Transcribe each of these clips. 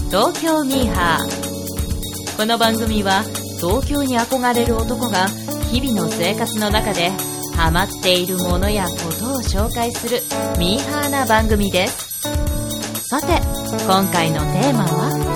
東京ミーハー。この番組は東京に憧れる男が日々の生活の中でハマっているものやことを紹介するミーハーな番組です。さて、今回のテーマは？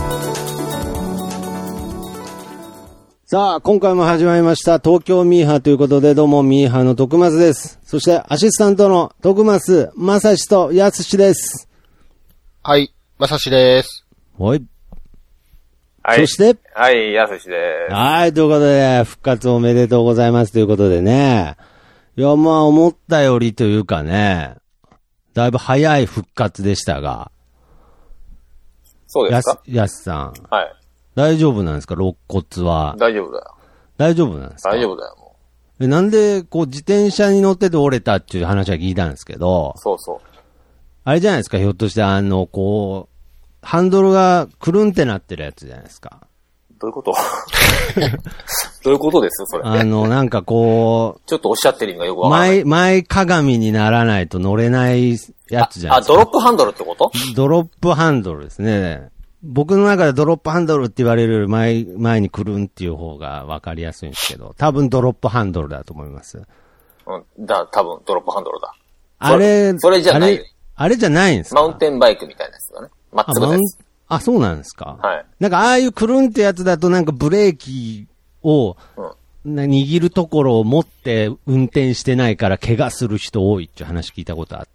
さあ、今回も始まりました東京ミーハーということで、どうもミーハーの徳松です。そしてアシスタントの徳松、まさしとやすしです。 はい、まさしです。 はい。 はい。 そして、 はい、やすしです。 はい、ということで、復活おめでとうございますということでね。いや、まあ、思ったよりというかね、だいぶ早い復活でしたが。 そうですか？ やすさん。 はい。 大丈夫なんですか？肋骨は。 大丈夫だよ。 大丈夫なんですか？ 大丈夫だよ、もう。なんで、こう、自転車に乗ってて折れたっていう話は聞いたんですけど。 そうそう。 あれじゃないですか、ひょっとしてこう、ハンドルがくるんってなってるやつじゃないですか。 どういうことどういうことですそれ。 なんかこう、 ちょっとおっしゃってる意味がよくわからない。 前鏡にならないと乗れないやつじゃないですか。 ドロップハンドルってこと？ ドロップハンドルですね。僕の中でドロップハンドルって言われる前にくるんっていう方がわかりやすいんですけど、多分ドロップハンドルだと思います。 うん、多分ドロップハンドルだ。それじゃない。 あれじゃないんですか？ マウンテンバイクみたいなやつだね。まっつぐです。 あ、そうなんですか？ はい。 なんかああいうくるんってやつだとなんかブレーキを、握るところを持って運転してないから怪我する人多いっていう話聞いたことあって。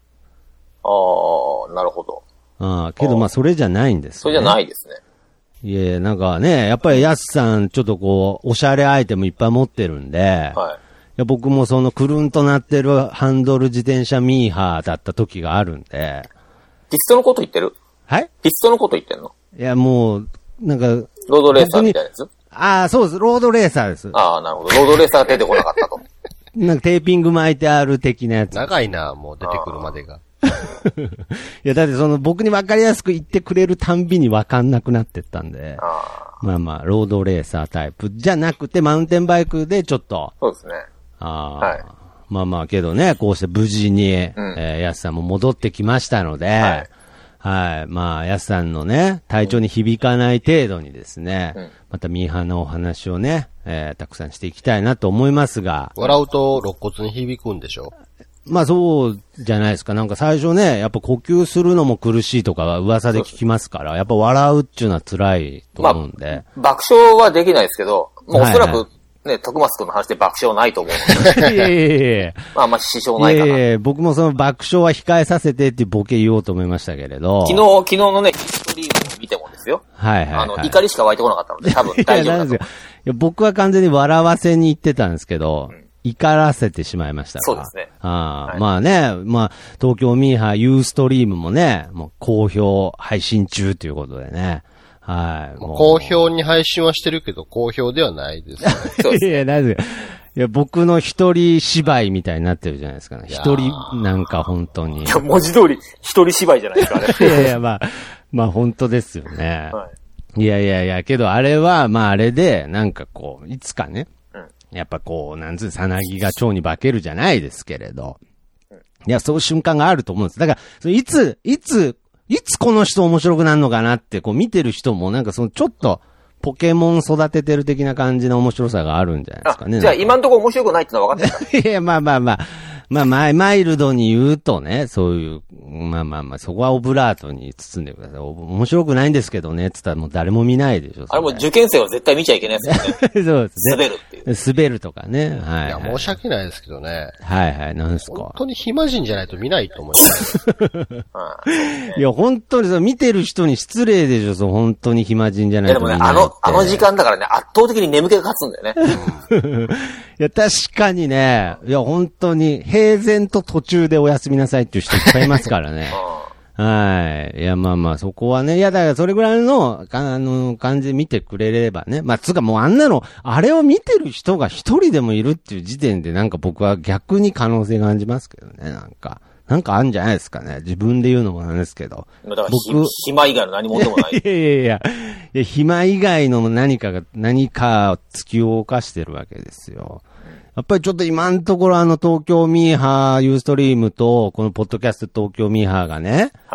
ああ、なるほど。 けどまあそれじゃないんですね。 それじゃないですね。 いや、なんかね、やっぱりヤスさんちょっとこう、おしゃれアイテムいっぱい持ってるんで、 はい。 いや僕もそのくるんとなってるハンドル自転車ミーハーだった時があるんで。 ピストのこと言ってる？ はい？ ピストのこと言ってんの？ いやもう、なんか、 ロードレーサーみたいなやつ？ ああ、そうです。ロードレーサーです。 ああ、なるほど。ロードレーサーが出てこなかったと。 なんかテーピング巻いてある的なやつ。 長いな、もう出てくるまでが。 いや、だって僕に分かりやすく言ってくれるたんびに分かんなくなってったんで。まあまあ、ロードレーサータイプじゃなくて、マウンテンバイクでちょっと。 そうですね。 はい。まあまあ、けどね、こうして無事に、やすさんも戻ってきましたので、はい。まあ、やすさんのね、体調に響かない程度にですね、またミーハーのお話をね、たくさんしていきたいなと思いますが。 笑うと肋骨に響くんでしょ？ まあそうじゃないですか。なんか最初ね、やっぱ呼吸するのも苦しいとか噂で聞きますから、やっぱ笑うっていうのは辛いと思うんで。 まあ、爆笑はできないですけど、もうおそらくね、徳松くんの話で爆笑ないと思うので。 いやいやいや。 まあ、あんま支障ないかな。 いやいや、僕もその爆笑は控えさせてっていうボケ言おうと思いましたけれど。 昨日のね、ストリームを見てもですよ。 はいはい、はい。 怒りしか湧いてこなかったので、多分大丈夫だと思う。 いや僕は完全に笑わせに行ってたんですけど、怒らせてしまいましたから。 そうですね。 はい、まあね、まあ、東京ミーハーユーストリームもね、もう好評配信中ということでね。はい。 好評に配信はしてるけど、好評ではないですね。 そうですね。 いや、なんで、いや、僕の一人芝居みたいになってるじゃないですかね。一人なんか本当に。 いや、文字通り一人芝居じゃないですかね。 いやいや、まあ本当ですよね。はい、いや、けどあれは、まああれで、なんかこう、いつかね、やっぱこう、さなぎが蝶に化けるじゃないですけれど。いや、そういう瞬間があると思うんです。だから、いつこの人面白くなるのかなって、こう見てる人もなんかちょっと、ポケモン育ててる的な感じの面白さがあるんじゃないですかね。 じゃあ今んところ面白くないってのは分かってるかいや、まあ、マイルドに言うとね、そういう、まあ、そこはオブラートに包んでください。面白くないんですけどね、つったらもう誰も見ないでしょ。 あれもう受験生は絶対見ちゃいけないですよね。 そうですね。 滑るっていう。 滑るとかね。はい。 いや、申し訳ないですけどね。 はい、なんですか。 本当に暇人じゃないと見ないと思います。 いや、本当に見てる人に失礼でしょ、本当に暇人じゃないと見ないって。 でもね、あの時間だからね、圧倒的に眠気が勝つんだよね。 いや、確かにね、いや、本当に、平然と途中でおやすみなさいっていう人いっぱいいますからね。はい。いや、まあ、そこはね、いや、だからそれぐらいの、感じで見てくれればね。まあ、つうかもうあれを見てる人が一人でもいるっていう時点でなんか僕は逆に可能性が感じますけどね、なんかあるんじゃないですかね。自分で言うのもなんですけど。 だから暇以外の何もでもない。 いや、暇以外の何か突き動かしてるわけですよ。やっぱりちょっと今のところ東京ミーハーユーストリームと、このポッドキャスト東京ミーハーがね、 はい。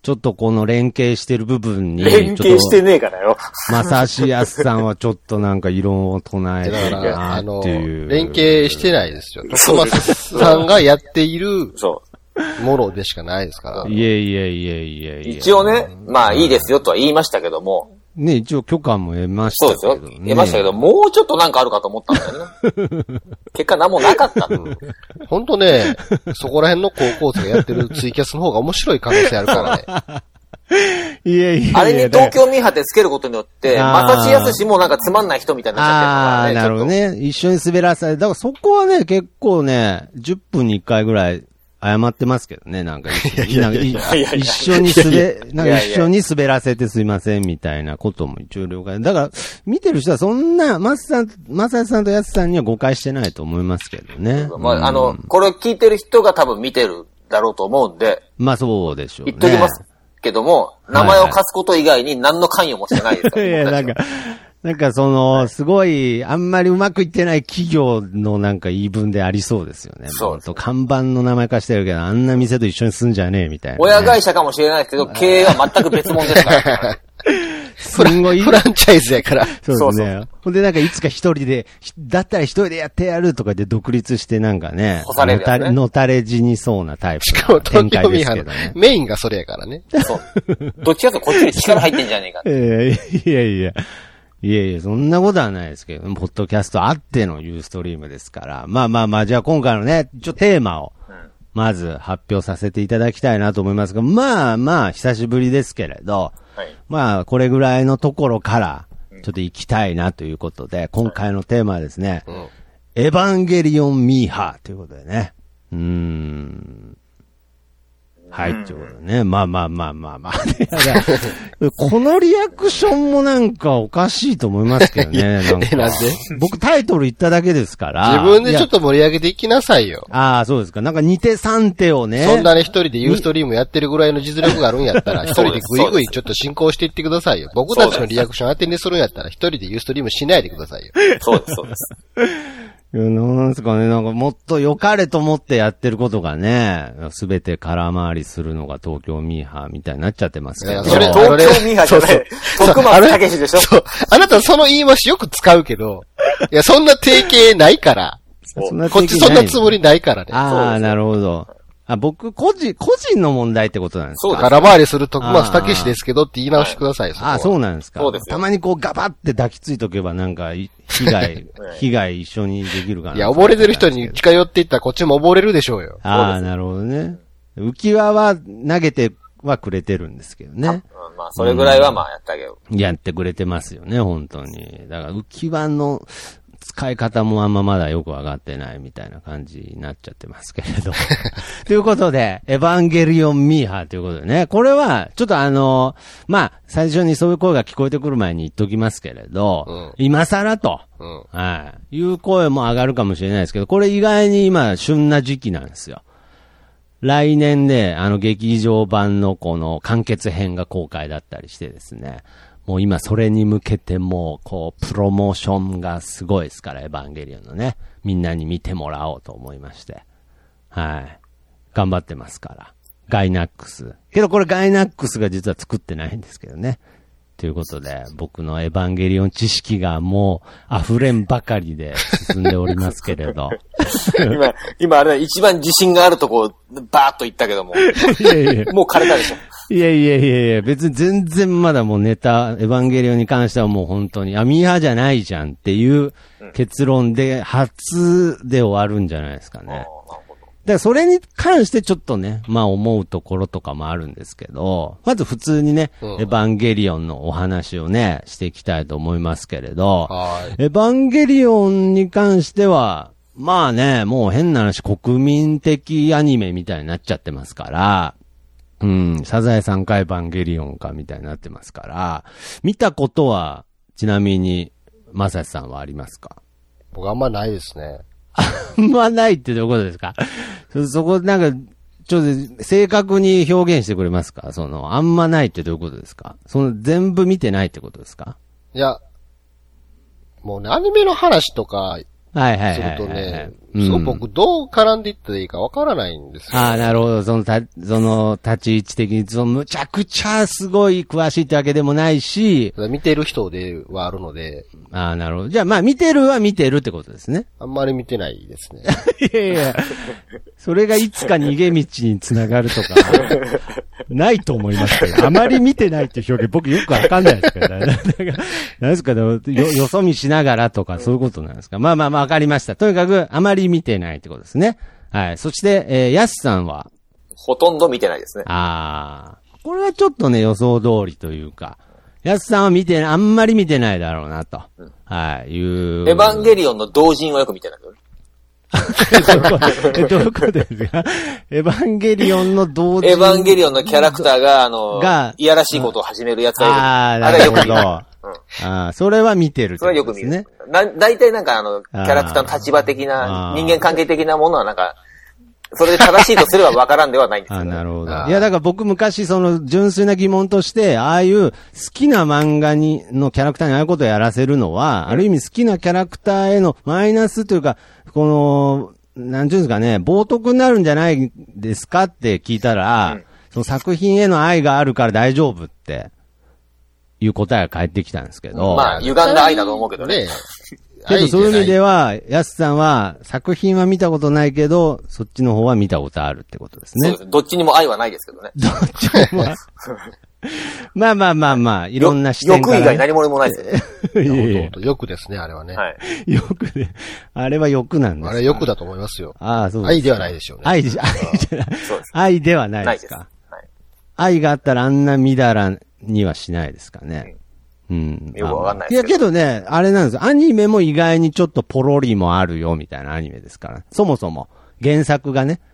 ちょっとこの連携してる部分に。 連携してねえからよ。 まさしやすさんはちょっとなんか異論を唱えてるなっていう。 連携してないですよ。徳松さんがやっているものでしかないですから。 いえいえいえいえいえ。 一応ね、まあいいですよとは言いましたけども。 ね、一応許可も得ましたけど、ね。 そうですよ。得ましたけど、もうちょっとなんかあるかと思ったんだよね。結果何もなかったの。 ほんとね、そこら辺の高校生がやってるツイキャスの方が面白い可能性あるからね。 いやいや。 あれに東京ミーハーってつけることによって、まさしやすしもなんかつまんない人みたいになっちゃってるからね。 なるほどね。一緒に滑らされて、だからそこはね、結構ね、10分に1回ぐらい謝ってますけどね、なんか一緒に滑らせてすいませんみたいなことも一応了解。だから、見てる人はそんな、まささんとやすさんには誤解してないと思いますけどね。 まあ、これを聞いてる人が多分見てるだろうと思うんで。 まあそうでしょうね。 言っときますけども、名前を貸すこと以外に何の関与もしてないですから。 いや、なんかその、すごい、あんまりうまくいってない企業のなんか言い分でありそうですよね。 そう。 看板の名前貸してるけど、あんな店と一緒に住んじゃねえみたいな、ね。 親会社かもしれないですけど、経営は全く別物ですから。 すんごい。フランチャイズやから。 そうですね。ほんでなんかいつか一人で、だったら一人でやってやるとかで独立してなんかね。 干されるやつね。 のたれ死にそうなタイプ。 しかも東京ミーハーのメインがそれやからね。 そう。どっちかというとこっちに力入ってんじゃねえかって。 いや、そんなことはないですけど、ポッドキャストあってのユーストリームですから。まあ、じゃあ今回のね、テーマを、まず発表させていただきたいなと思いますが、まあ、久しぶりですけれど、はい、まあ、これぐらいのところから、ちょっと行きたいなということで、今回のテーマはですね、エヴァンゲリオンミーハーということでね。はい、ということでね。まあ。このリアクションもなんかおかしいと思いますけどね。なんで僕タイトル言っただけですから。 自分でちょっと盛り上げていきなさいよ。 ああ、そうですか。なんか2手3手をね。 そんなね一人でユーストリームやってるぐらいの実力があるんやったら、一人でグイグイちょっと進行していってくださいよ。僕たちのリアクション当てにするんやったら、一人でユーストリームしないでくださいよ。 そうです。 なんですかね、なんかもっと良かれと思ってやってることがね、すべて空回りするのが東京ミーハーみたいになっちゃってますけど、ね。 それ東京ミーハーじゃない。徳松たけしでしょ。 そう。あなたその言い回しよく使うけど、いや、そんな定型ないから。こっちそんなつもりないからね。 ああ、なるほど。僕、個人の問題ってことなんですか？ そう、空回りする徳松たけしですけどって言い直してくださいよ。 そうなんですか。 そうですよ。 たまにこうガバって抱きついとけばなんか、被害一緒にできるかな。 いや、溺れてる人に近寄っていったらこっちも溺れるでしょうよ。 なるほどね。浮き輪は投げてはくれてるんですけどね。 まあ、それぐらいはまあやってあげよう。やってくれてますよね、本当に。だから浮き輪の、使い方もあんままだよくわかってないみたいな感じになっちゃってますけれど。ということで、エヴァンゲリオンミーハーということでね、これは、ちょっとまあ、最初にそういう声が聞こえてくる前に言っときますけれど、今更と、いう声も上がるかもしれないですけど、これ意外に今、旬な時期なんですよ。来年で、劇場版のこの完結編が公開だったりしてですね、もう今それに向けてもう、プロモーションがすごいですから、エヴァンゲリオンのね。みんなに見てもらおうと思いまして。はい。頑張ってますから。ガイナックス。けどこれガイナックスが実は作ってないんですけどね。ということで、僕のエヴァンゲリオン知識がもう溢れんばかりで進んでおりますけれど。 今あれ一番自信があるとこバーッと言ったけども。もう枯れたでしょ。 いや、別に全然まだもうネタ、エヴァンゲリオンに関してはもう本当に、ミーハーじゃないじゃんっていう結論で、初で終わるんじゃないですかね。だからそれに関してちょっとね、まあ思うところとかもあるんですけど、まず普通にね、エヴァンゲリオンのお話をね、していきたいと思いますけれど、エヴァンゲリオンに関しては、まあね、もう変な話、国民的アニメみたいになっちゃってますから、サザエさんかエヴァンゲリオンかみたいになってますから、見たことは、ちなみに、まさしさんはありますか？ 僕あんまないですね。 あんまないってどういうことですか？そこなんか、ちょっと正確に表現してくれますか？あんまないってどういうことですか？全部見てないってことですか？ いや、もうね、アニメの話とか、 はいはいはい。 するとね、そう僕どう絡んでいったらいいかわからないんですよ。 ああ、なるほど。その立ち位置的に、むちゃくちゃすごい詳しいってわけでもないし。 見てる人ではあるので。 ああ、なるほど。じゃあまあ見てるは見てるってことですね。 あんまり見てないですね。 いやいや、それがいつか逃げ道につながるとか、ないと思いますけど、あまり見てないっていう表現僕よくわかんないですからね。何ですか、よそ見しながらとかそういうことなんですか。まあまあまあわかりました。とにかくあまり見てないってことですね。はい。そして、ヤスさんはほとんど見てないですね。 ああ。これはちょっとね、予想通りというか、ヤスさんはあんまり見てないだろうなと。はい。エヴァンゲリオンの同人はよく見てないけどね。 どういうことですか？エヴァンゲリオンの同人。 エヴァンゲリオンのキャラクターが、いやらしいことを始めるやつがいる。 ああ、なるほど。ああ、それは見てるってことですね。 それはよく見る。大体なんかキャラクターの立場的な、人間関係的なものはなんか、それで正しいとすれば分からんではないんですよ、ね。 なるほど。いや、だから僕昔純粋な疑問として、ああいう好きな漫画のキャラクターにああいうことをやらせるのは、ある意味好きなキャラクターへのマイナスというか、なんていうんですかね、冒涜になるんじゃないですかって聞いたら、その作品への愛があるから大丈夫っていう答えが返ってきたんですけど。 まあ、歪んだ愛だと思うけどね。 けどそういう意味では、ヤスさんは作品は見たことないけど、そっちの方は見たことあるってことですね。 そうです。どっちにも愛はないですけどね。 どっちも。まあまあまあまあ、いろんな視点から。 欲以外何者もないですよね。欲ですね、あれはね。 はい。 欲で。あれは欲なんですか？ あれは欲だと思いますよ。 ああ、そうです。 愛ではないでしょうね。 愛じゃない。愛ではないですか？はい。愛があったらあんなみだらにはしないですかね。うん。 よくわかんないですけど。いやけどね、あれなんですよ。アニメも意外にちょっとポロリもあるよみたいなアニメですから。そもそも。原作がね。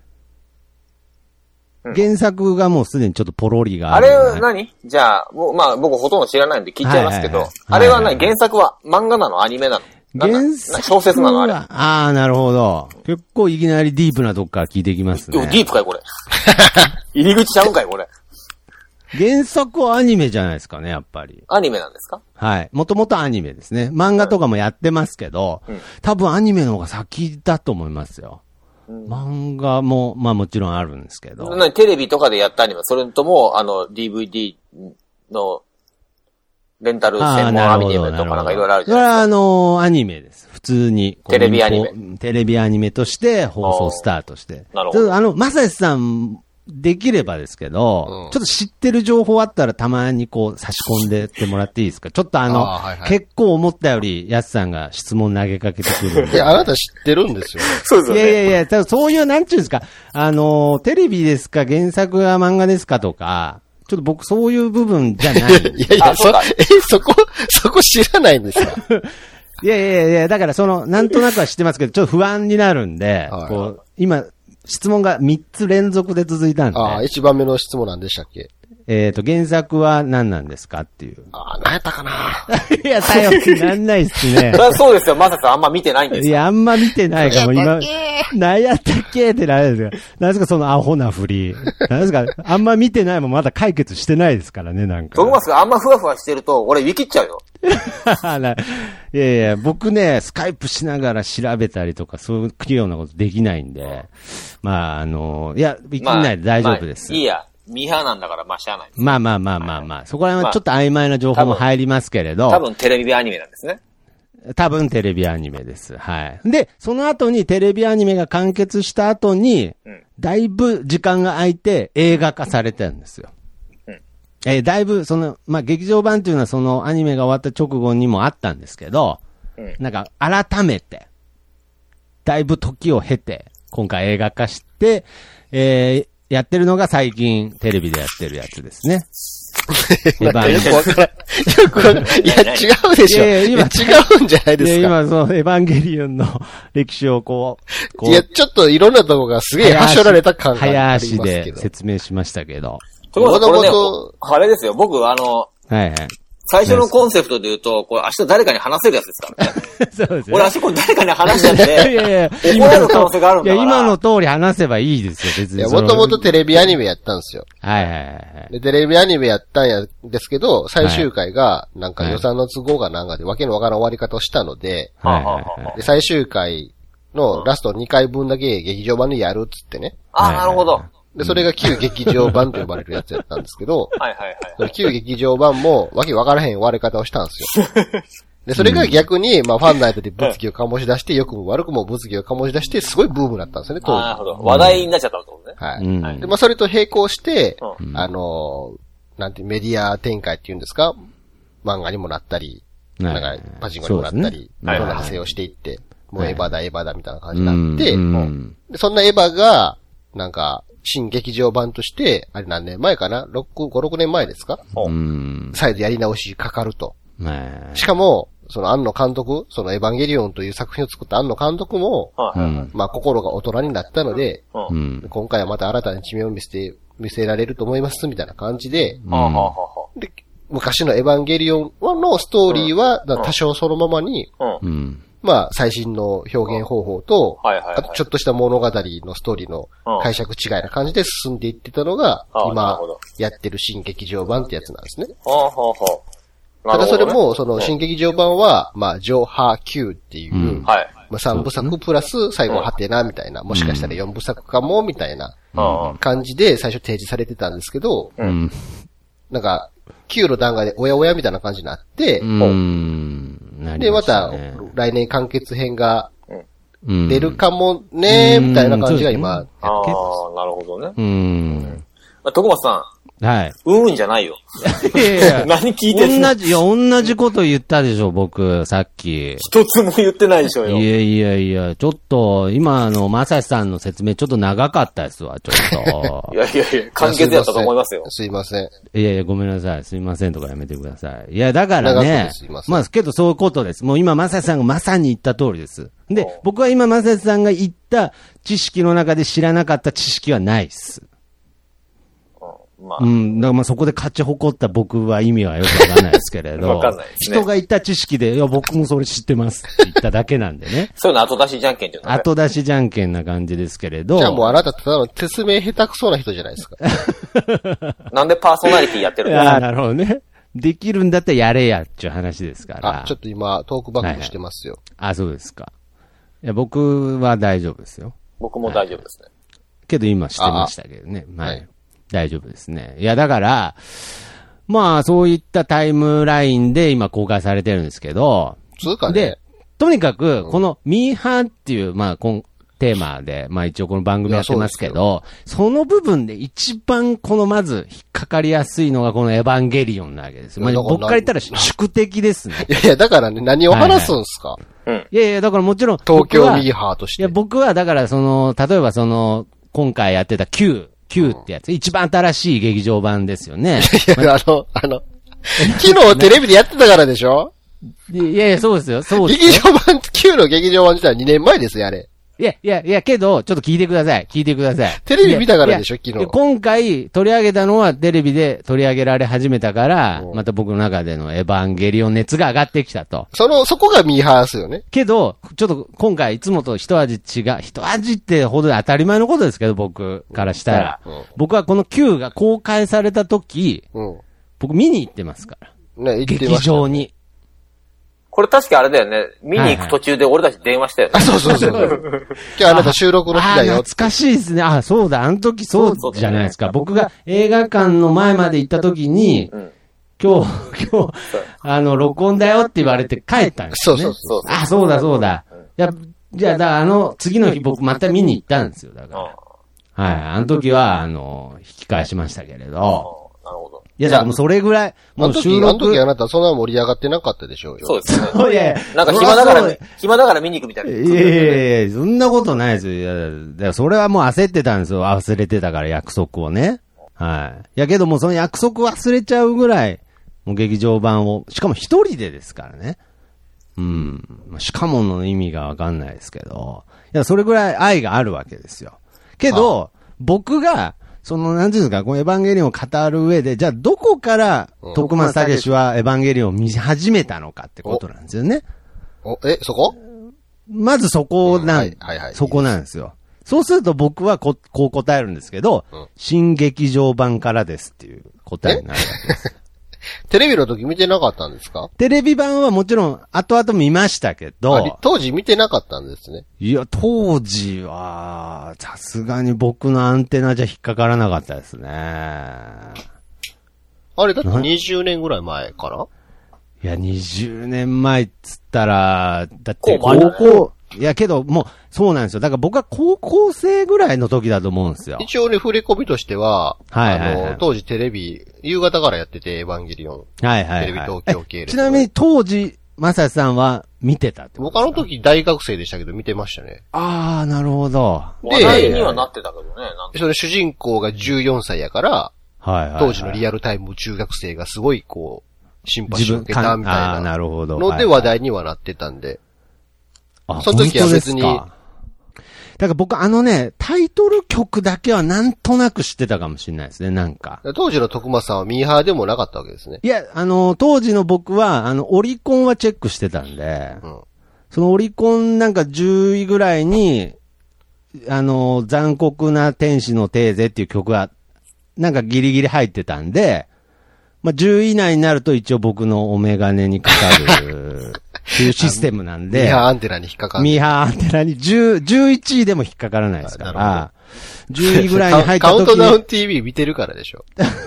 原作がもうすでにちょっとポロリがある。 あれ何？じゃあ、まあ僕ほとんど知らないんで聞いちゃいますけど、あれは何？原作は漫画なの？アニメなの？ 原作小説なのあれ。 ああ、なるほど。結構いきなりディープなとこから聞いていきますね。 ディープかいこれ。入り口ちゃうんかいこれ。 原作はアニメじゃないですかね、やっぱり。 アニメなんですか？ はい。もともとアニメですね。漫画とかもやってますけど、多分アニメの方が先だと思いますよ。漫画も、まあもちろんあるんですけど。 テレビとかでやったアニメ、それとも、DVD の、レンタル専門アニメとかなんかいろいろあるじゃないですか。 それはアニメです。普通に。 テレビアニメ。 テレビアニメとして放送スタートして。 なるほど。 まさしさん、できればですけど、ちょっと知ってる情報あったらたまにこう差し込んでってもらっていいですか？ちょっと結構思ったよりやすさんが質問投げかけてくるんで。 いや、あなた知ってるんですよ。 そうですよね。 いや、多分そういう、なんちゅうんですか、テレビですか、原作が漫画ですかとか、ちょっと僕そういう部分じゃない。 いや、そこ知らないんですか？ いや、だからなんとなくは知ってますけど、ちょっと不安になるんで、今、質問が3つ連続で続いたんで。 1番目の質問なんでしたっけ？ 原作は何なんですかっていう。 何やったかな？ いや、頼りになんないっすね。 そうですよ、まさかあんま見てないんですよ。 いや、あんま見てないかも、今。何やったっけって何ですか？何ですか、そのアホな振り。何ですか、あんま見てないもまだ解決してないですからね、なんか。 トグマスがあんまふわふわしてると、俺、ウィキっちゃうよ。 いや、僕ね、スカイプしながら調べたりとか、そういうようなことできないんで、まあ、いや、ウィキないで大丈夫です。 いいや。ミーハーなんだから、まあ、しゃあない。 まあ。そこら辺はちょっと曖昧な情報も入りますけれど。 多分テレビアニメなんですね。 多分テレビアニメです。はい。で、その後にテレビアニメが完結した後に、だいぶ時間が空いて映画化されてるんですよ。だいぶ、劇場版っていうのはそのアニメが終わった直後にもあったんですけど、なんか改めて、だいぶ時を経て、今回映画化して、やってるのが最近テレビでやってるやつですね。 よくわからん。いや、違うでしょ。今違うんじゃないですか。 今、エヴァンゲリオンの歴史をいや、ちょっといろんなとこがすげえはしょられた感がありますけど。 早足で説明しましたけど。 これね、あれですよ、僕はい。 最初のコンセプトで言うと、これ明日誰かに話せるやつですからね。 そうですよ。 俺明日これ誰かに話しちゃって、 いやいや、 怒られる可能性があるんだから。 いや、今の通り話せばいいですよ、別に。 いや、もともとテレビアニメやったんですよ。 はいはいはい。 で、テレビアニメやったんや、ですけど、最終回が、なんか予算の都合がなんかで、わけのわからん終わり方をしたので、 はいはいはい。 で、最終回のラスト2回分だけ劇場版でやるっつってね。 ああ、なるほど。 で、それが旧劇場版と呼ばれるやつやったんですけど、 はいはいその旧劇場版もわけわからへん終わり方をしたんですよ。で、それが逆に、まあ、ファンナイトで物議を醸し出して、良くも悪くも物議を醸し出して、すごいブームだったんですよね、当時。 なるほど。話題になっちゃったってことね。 はい。で、まあ、それと並行して、 うん、 なんて、メディア展開っていうんですか、漫画にもなったり、なんか、パチンコにもなったり、いろんな派生をしていって、もうエヴァだ、エヴァだみたいな感じになって、でそんなエヴァが、なんか、新劇場版として、あれ何年前かな ?5、6年前ですか再度やり直しかかると。しかも、その庵野監督、そのエヴァンゲリオンという作品を作った庵野監督も、まあ心が大人になったので、今回はまた新たな一面を見せられると思います、みたいな感じで、で昔のエヴァンゲリオンのストーリーは多少そのままに、まあ、最新の表現方法と、あとちょっとした物語のストーリーの解釈違いな感じで進んでいってたのが、今やってる新劇場版ってやつなんですね。ただそれも、その新劇場版は、まあ、上波級っていう、まあ3部作プラス最後ハテナみたいな、もしかしたら4部作かもみたいな感じで最初提示されてたんですけど、なんか、9の段階でおやおやみたいな感じになって、で、また、来年完結編が出るかもね、みたいな感じが今、やってます。 ああ、なるほどね。徳松さん。 はい。 うんじゃないよ。 いやいや何聞いてんの？ 同じこと言ったでしょ、僕、さっき。 一つも言ってないでしょよ。 いや、ちょっと、今まさしさんの説明ちょっと長かったですわ、ちょっと。 いや、簡潔やったと思いますよ。 すいません。 いや、ごめんなさい。すいませんとかやめてください。いや、だからね。まあ、けどそういうことです。もう今、まさしさんがまさに言った通りです。で、僕は今、まさしさんが言った知識の中で知らなかった知識はないっす。だからまあそこで勝ち誇った僕は意味はよくわかんないですけれど。 わかんないですね。 人が言った知識で、いや、僕もそれ知ってますって言っただけなんでね。 そういうの後出しじゃんけんっていうのね。 後出しじゃんけんな感じですけれど。 じゃあもうあなたただの説明下手くそな人じゃないですか。 なんでパーソナリティやってるんですか？ なるほどね。できるんだったらやれやっていう話ですから。 ちょっと今、トークバックしてますよ。 そうですか。いや、僕は大丈夫ですよ。 僕も大丈夫ですね。 けど今してましたけどね。はい。大丈夫ですね。いや、だから、まあ、そういったタイムラインで今公開されてるんですけど、で、とにかく、このミーハーっていう、まあ、テーマで、まあ一応この番組やってますけど、その部分で一番まず引っかかりやすいのがこのエヴァンゲリオンなわけです。まあ僕から言ったら宿敵ですね。 いや、だからね、何を話すんすか？ いや、だからもちろん、 東京ミーハーとして。 いや、僕はだから例えば今回やってたQってやつ、一番新しい劇場版ですよね。 いや、昨日テレビでやってたからでしょ？ いや、そうですよ、そうですよ。劇場版、Q の劇場版自体は2年前ですよ、あれ。 いや、けど、ちょっと聞いてください。 テレビ見たからでしょ、昨日。 今回取り上げたのはテレビで取り上げられ始めたから、また僕の中でのエヴァンゲリオン熱が上がってきたと。 そこがミーハーですよね。 けど、ちょっと今回いつもと一味ってほどで当たり前のことですけど、僕からしたら。僕はこの Q が公開された時、僕見に行ってますから。 ね、 劇場に。 これ確かあれだよね。見に行く途中で俺たち電話したよね。 そう。今日あなた収録の日だよ。 懐かしいですね。そうだ、あの時そうじゃないですか。僕が映画館の前まで行った時に、今日、録音だよって言われて帰ったんですね。 そう。 そうだ。じゃあ、次の日僕また見に行ったんですよ。だから。はい。あの時は、引き返しましたけれど。 なるほど。 いや、だからもうそれぐらい、もう収録。 あの時あなたそんな盛り上がってなかったでしょうよ。 そうですね。 いやなんか暇だから見に行くみたいな。 いや、そんなことないですよ。いや、それはもう焦ってたんですよ。忘れてたから約束をね。はい。いやけどもその約束忘れちゃうぐらい、もう劇場版を、しかも一人でですからね。しかもの意味がわかんないですけど。いや、それぐらい愛があるわけですよ。けど、僕が、 その、なんていうんですか、このエヴァンゲリオンを語る上で、じゃあどこから、徳松武史はエヴァンゲリオンを見始めたのかってことなんですよね。 そこ？ まずそこそこなんですよ。そうすると僕はこう答えるんですけど、新劇場版からですっていう答えになるわけです。 テレビの時見てなかったんですか？ テレビ版はもちろん後々見ましたけど。 当時見てなかったんですね。 いや、当時は、さすがに僕のアンテナじゃ引っかからなかったですね。 あれ、だって20年ぐらい前かな？ いや、20年前っつったら、だって高校、いやけどもう、そうなんですよ。だから僕は高校生ぐらいの時だと思うんですよ。 一応ね、触れ込みとしては、当時テレビ、夕方からやってて、エヴァンゲリオン。 はいはいはい。 テレビ東京系列。 ちなみに当時、まささんは見てたってことですか？ 僕あの時大学生でしたけど見てましたね。 あー、なるほど。 話題にはなってたけどね。 それ主人公が14歳やから、 はいはい。 当時のリアルタイム中学生がすごいこう、シンパシーを受けたみたいな。 なるほど。 ので話題にはなってたんで。 あ、 その時は別に。 だから僕タイトル曲だけはなんとなく知ってたかもしれないですね、なんか。 当時の徳間さんはミーハーでもなかったわけですね。 いや、当時の僕は、オリコンはチェックしてたんで、そのオリコンなんか10位ぐらいに、残酷な天使のテーゼっていう曲が、なんかギリギリ入ってたんで、まあ、10位以内になると一応僕のお眼鏡にかかるっていうシステムなんで。 ミーハーアンテナに引っかかる。 ミーハーアンテナに11位でも引っかからないですから。10位ぐらいに入った時に。 カウントダウン TV 見てるからでしょ。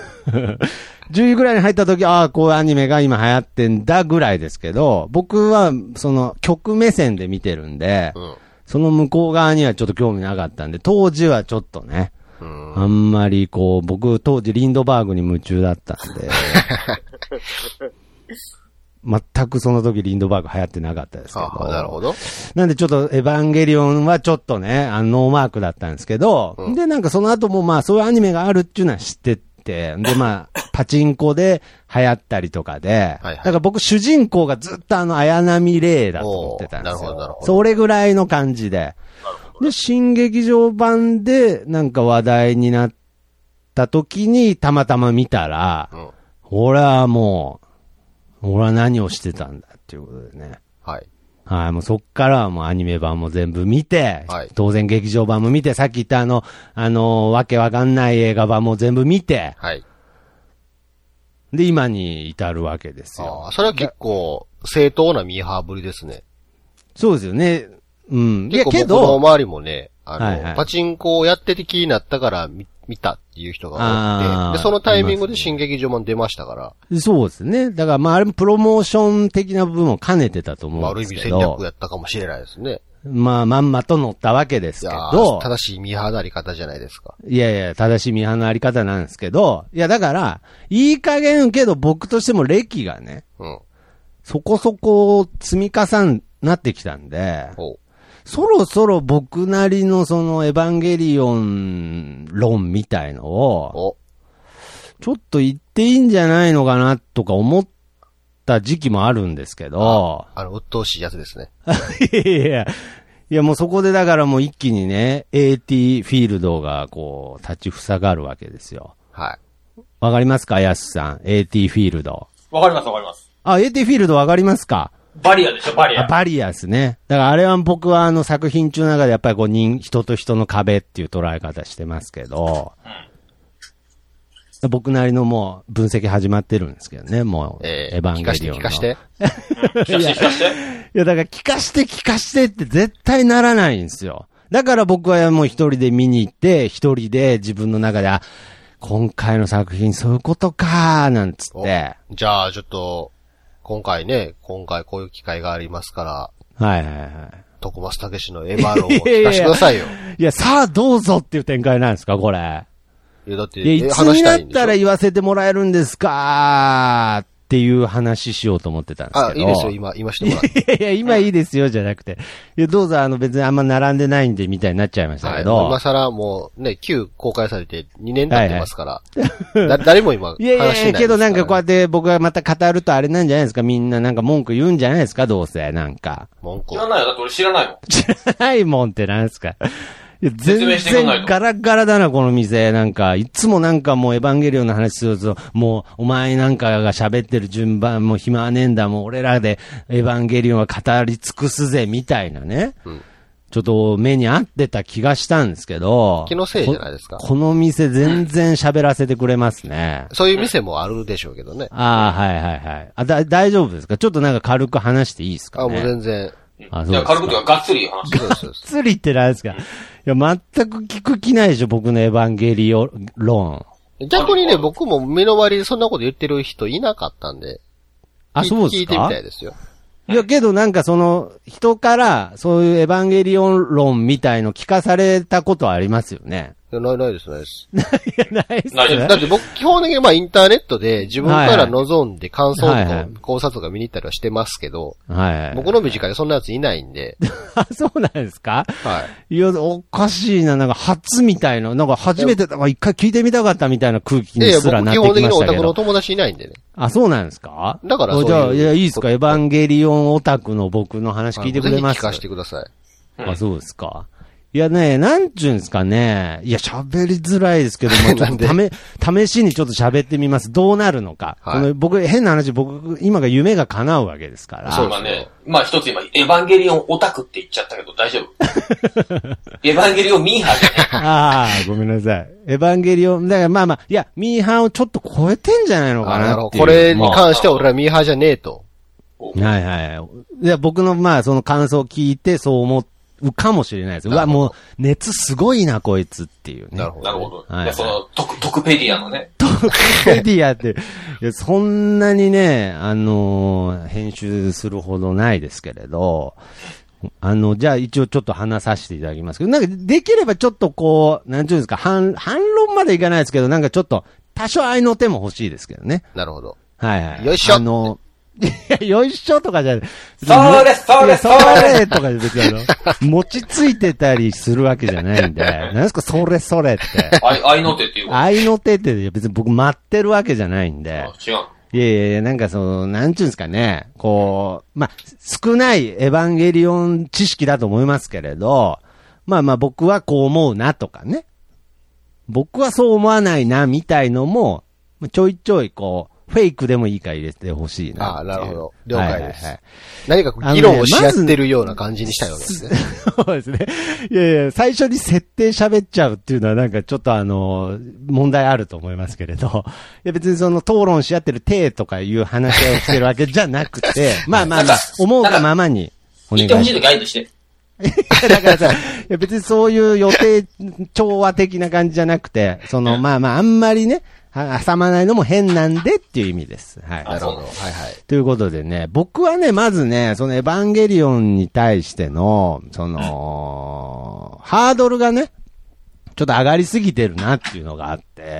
10位ぐらいに入った時、ああ、こういうアニメが今流行ってんだぐらいですけど、僕はその曲目線で見てるんで、その向こう側にはちょっと興味なかったんで、当時はちょっとね、あんまりこう、僕当時リンドバーグに夢中だったんで、全くその時リンドバーグ流行ってなかったですけど。 なるほど。 なんでちょっとエヴァンゲリオンはちょっとね、ノーマークだったんですけど、でなんかその後もまあそういうアニメがあるっていうのは知ってて、でまあ、パチンコで流行ったりとかで、だから僕主人公がずっと綾波レイだと思ってたんですよ。なるほど。それぐらいの感じで。で、新劇場版でなんか話題になった時にたまたま見たら、俺は何をしてたんだっていうことでね。はい。はい、もうそっからはもうアニメ版も全部見て、はい、当然劇場版も見て、さっき言ったわけわかんない映画版も全部見て、はい。で、今に至るわけですよ。 それは結構正当なミーハーぶりですね。 そうですよね。うん。 結構僕の周りもね、パチンコをやってて気になったから見たっていう人が多くて、で、そのタイミングで新劇場版出ましたから。 そうですね。だからまああれもプロモーション的な部分を兼ねてたと思うんですけど。 ある意味戦略やったかもしれないですね。 まあまんまと乗ったわけですけど。 正しいミーハーのあり方じゃないですか。 いやいや、正しいミーハーのあり方なんですけど、いやだから、いい加減けど僕としても歴がね、そこそこ積み重なってきたんで、そろそろ僕なりのそのエヴァンゲリオン論みたいのを、ちょっと言っていいんじゃないのかなとか思った時期もあるんですけど。 鬱陶しいやつですね。 いやもうそこでだからもう一気にね、AT フィールドがこう立ちふさがるわけですよ。はい。わかりますか、ヤスさん。AT フィールド。 わかります、わかります。 あ、AT フィールドわかりますか？ バリアでしょ、バリア。 バリアですね。だからあれは僕は作品中の中でやっぱりこう人と人の壁っていう捉え方してますけど、僕なりのもう分析始まってるんですけどね、もう、エヴァンゲリオンの。 聞かして。 いや、だから聞かしてって絶対ならないんですよ。だから僕はもう一人で見に行って、一人で自分の中で、今回の作品そういうことかー、なんつって。 じゃあ、ちょっと、今回こういう機会がありますから。 はいはいはい。 徳松武史のエヴァ論を聞かせてくださいよ。 いや、さあどうぞっていう展開なんですか、これ。 いや、だって、 いつになったら言わせてもらえるんですかっていう話しようと思ってたんですけど。 いいですよ、今してもらって。 いや、今いいですよ、じゃなくて。いや、どうぞ、別にあんま並んでないんで、みたいになっちゃいましたけど。 今更もう、ね、旧公開されて2年経ってますから。誰も今、話してない。 いや、けどなんかこうやって僕がまた語るとあれなんじゃないですか、みんななんか文句言うんじゃないですか、どうせ、なんか。 文句。知らないよ、だって俺知らないもん。 知らないもんってなんですか。 全然ガラガラだな、この店。なんか、いつもなんかもうエヴァンゲリオンの話すると、もうお前なんかが喋ってる順番、もう暇はねえんだ、もう俺らでエヴァンゲリオンは語り尽くすぜ、みたいなね。ちょっと目に合ってた気がしたんですけど。 気のせいじゃないですか。 この店全然喋らせてくれますね。 そういう店もあるでしょうけどね。 ああ、はいはいはい。大丈夫ですか？ちょっとなんか軽く話していいですかね？ もう全然。 そうですか。軽くというか、がっつり話して。 がっつりって何ですか？いや、全く聞く気ないでしょ、僕のエヴァンゲリオン。 逆にね、僕も身の回りでそんなこと言ってる人いなかったんで。 そうですか？ 聞いてみたいですよ。 いや、けどなんかその、人から、そういうエヴァンゲリオン論みたいの聞かされたことはありますよね。 ないです、ないです。 いや、ないです。 だって僕、基本的にインターネットで自分から望んで感想とか考察とか見に行ったりはしてますけど、僕の身近でそんなやついないんで。 そうなんですか？ はい。 いや、おかしいな、なんか初みたいな、なんか初めて、一回聞いてみたかったみたいな空気にすらなってきましたけど。 僕基本的にオタクの友達いないんでね。 そうなんですか？ だからじゃあ、いや、いいですか？エヴァンゲリオンオタクの僕の話聞いてくれます？ ぜひ聞かせてください。 そうですか。いやね、なんちゅうんですかね。いや、喋りづらいですけども、ちょっと試しにちょっと喋ってみます。どうなるのか。僕、変な話、今が夢が叶うわけですから。 そうだね。一つ今、エヴァンゲリオンオタクって言っちゃったけど、大丈夫？エヴァンゲリオンミーハーじゃね。ごめんなさい。エヴァンゲリオン、だからいや、ミーハーをちょっと超えてんじゃないのかなっていう。 これに関しては俺はミーハーじゃねえと。 はいはい。いや、僕のその感想を聞いてそう思うかもしれないです。もう、熱すごいな、こいつっていうね。 なるほど。はい。その、トクペディアのね。 トクペディアって、いや、そんなにね、編集するほどないですけれど、じゃあ一応ちょっと話させていただきますけど、なんかできればちょっとこう、なんていうんですか、反論までいかないですけど、なんかちょっと、多少愛の手も欲しいですけどね。 なるほど。 はいはい。 よいしょ。 いや、よいしょとかじゃない。 それとかで別に餅ついてたりするわけじゃないんで、何ですか、それって。 愛の手っていう愛の手って別に僕待ってるわけじゃないんで。 違う。 いや、なんかなんちゅうんですかね、こう、少ないエヴァンゲリオン知識だと思いますけれど、僕はこう思うなとかね。僕はそう思わないな、みたいのも、ちょいちょいこう、フェイクでもいいから入れてほしいな。 なるほど。了解です。何か議論をし合ってるような感じにしたいわけですね。 そうですね。いや、最初に設定喋っちゃうっていうのはなんかちょっと問題あると思いますけれど、いや別にその討論し合ってる体とかいう話をしてるわけじゃなくて、思うがままにお願いします。言ってほしいとガイドして。 だからさ、いや別にそういう予定調和的な感じじゃなくて、あんまりね、挟まないのも変なんでっていう意味です。はい。 なるほど。はいはい。 ということでね、僕はね、まずね、そのエヴァンゲリオンに対しての、ハードルがね、ちょっと上がりすぎてるなっていうのがあって、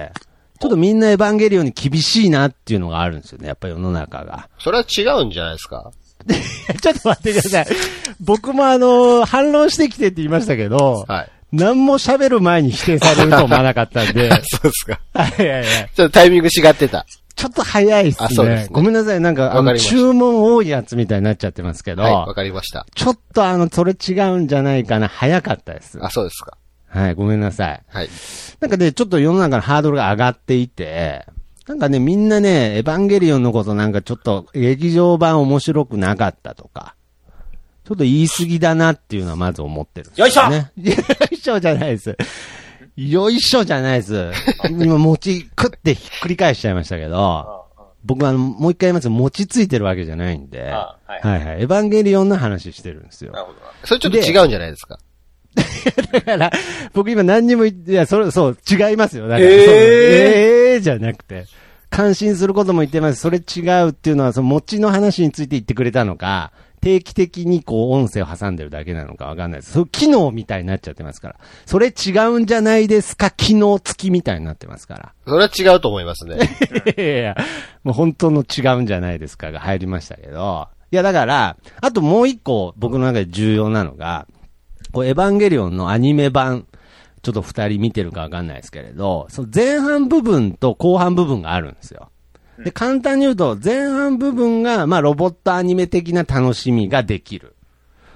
ちょっとみんなエヴァンゲリオンに厳しいなっていうのがあるんですよね、やっぱり世の中が。 それは違うんじゃないですか？ ちょっと待ってください。僕も反論してきてって言いましたけど、 はい。 何も喋る前に否定されると思わなかったんで。 そうですか。 はい。 ちょっとタイミング違ってた。 ちょっと早いっすね。 そうですね。 ごめんなさい。なんか、注文多いやつみたいになっちゃってますけど。 はい、わかりました。 ちょっとそれ違うんじゃないかな。早かったです。 そうですか。 はい、ごめんなさい。 はい。 なんかね、ちょっと世の中のハードルが上がっていて、なんかね、みんなね、エヴァンゲリオンのことなんかちょっと劇場版面白くなかったとか、ちょっと言い過ぎだなっていうのはまず思ってるんですよね。よいしょじゃないです。よいしょじゃないです。今餅食ってひっくり返しちゃいましたけど、僕はもう一回言います。餅ついてるわけじゃないんで、はい。エヴァンゲリオンの話してるんですよ。 なるほど。それちょっと違うんじゃないですか。 だから、僕今何にも違いますよ。だからじゃなくて、感心することも言ってます。それ違うっていうのは、その餅の話について言ってくれたのか、定期的にこう音声を挟んでるだけなのかわかんないです。そう機能みたいになっちゃってますから。それ違うんじゃないですか、機能付きみたいになってますから。 それは違うと思いますね。 いや、もう本当の違うんじゃないですかが入りましたけど。いやだから、あともう一個僕の中で重要なのが、こうエヴァンゲリオンのアニメ版、ちょっと二人見てるかわかんないですけれど、その前半部分と後半部分があるんですよ。で、簡単に言うと、前半部分が、ロボットアニメ的な楽しみができる。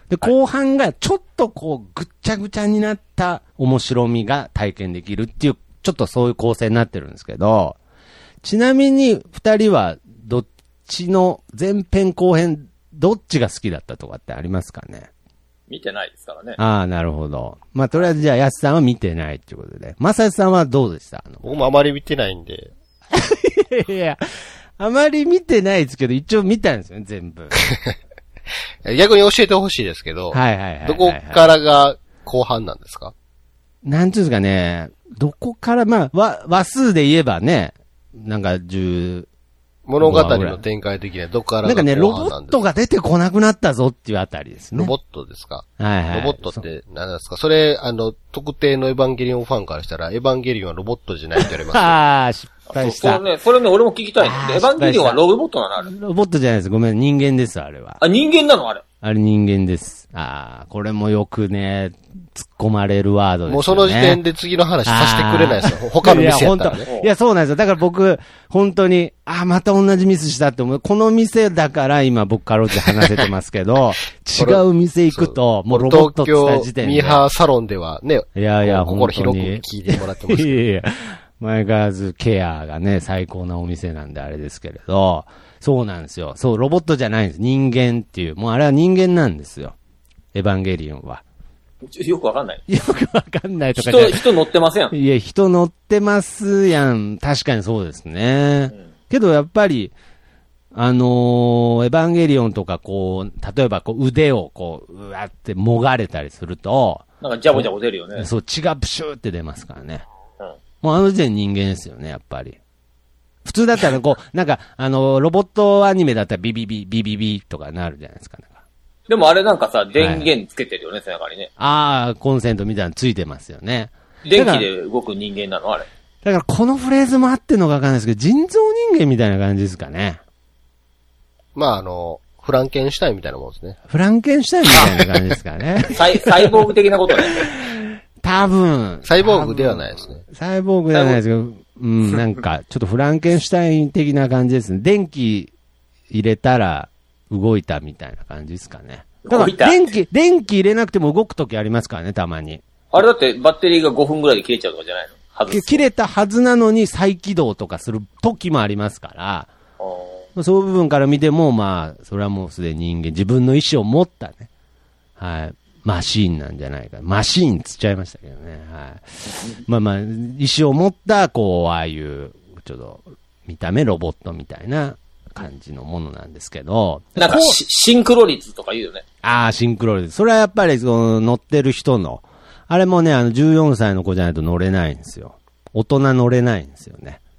で、後半がちょっとこう、ぐっちゃぐちゃになった面白みが体験できるっていう、ちょっとそういう構成になってるんですけど、ちなみに二人はどっちの前編後編どっちが好きだったとかってありますかね？ 見てないですからね。 ああ、なるほど。まあ、とりあえずじゃあ、やすさんは見てないっていうことで。まさしさんはどうでした？ 僕もあまり見てないんで。 いや、あまり見てないですけど、一応見たんですよね、全部。 逆に教えてほしいですけど、 はいはいはいはいはい。 どこからが後半なんですか？ なんていうんですかね、どこから、まあ、話数で言えばね、なんか物語の展開的にはどこからが後半なんですか？ なんかね、ロボットが出てこなくなったぞっていうあたりですね。 ロボットですか？ はいはい。 ロボットって何ですか？それ、特定のエヴァンゲリオンファンからしたら、エヴァンゲリオンはロボットじゃないって言われますよ。 ああ、失敗した。 それね、俺も聞きたいんだ。エヴァンゲリオンはロボットなのあれ？ ロボットじゃないです。ごめん、人間です、あれは。 あ、人間なのあれ？ あれ人間です。ああ、これもよくね、突っ込まれるワードですよね。 もうその時点で次の話させてくれないですよ。他の店やったらね。 いや、そうなんですよ。だから僕、本当に、また同じミスしたって思う。この店だから今僕カロッジ話せてますけど、違う店行くと、もうロボットって言った時点で。 ミーハーサロンではね、 いやいや、 心広く聞いてもらってますけど。 いやいや、マイガーズケアがね、最高なお店なんであれですけれど、そうなんですよ。そう、ロボットじゃないんです。人間っていう。もうあれは人間なんですよ。エヴァンゲリオンは。 よくわかんない。 よくわかんないとかじゃ人乗ってません。 いや、人乗ってますやん。確かにそうですね。けどやっぱり、エヴァンゲリオンとかこう、例えばこう腕をこう、うわってもがれたりすると、 なんかジャボジャボ出るよね。 そう、血がプシューって出ますからね。もうあの時点人間ですよね、やっぱり。普通だったらこう、なんか、ロボットアニメだったらビビビ、ビビビとかなるじゃないですか。 でもあれなんかさ、電源つけてるよね、背中にね。 ああ、コンセントみたいなのついてますよね。 電気で動く人間なのあれ。 だからこのフレーズも合ってんのかわかんないですけど、人造人間みたいな感じですかね。 まあフランケンシュタインみたいなもんですね。 フランケンシュタインみたいな感じですかね。 サイボーグ的なことね。 多分。 サイボーグではないですね。 サイボーグではないですけど、なんか、ちょっとフランケンシュタイン的な感じですね。電気入れたら動いたみたいな感じですかね。だから電気入れなくても動くときありますからね、たまに。あれだってバッテリーが5分ぐらいで切れちゃうとかじゃないの？ 切れたはずなのに再起動とかする時もありますから、そういう部分から見ても、まあ、それはもうすでに人間、自分の意思を持ったね、はい、マシーンなんじゃないか。マシーンつっちゃいましたけどね。はい。まあまあ、意思を持った、こう、ああいう、ちょっと、見た目ロボットみたいな感じのものなんですけど。 なんかシンクロ率とか言うよね。 ああ、シンクロ率。それはやっぱり、乗ってる人の、あれもね、14歳の子じゃないと乗れないんですよ。大人乗れないんですよね。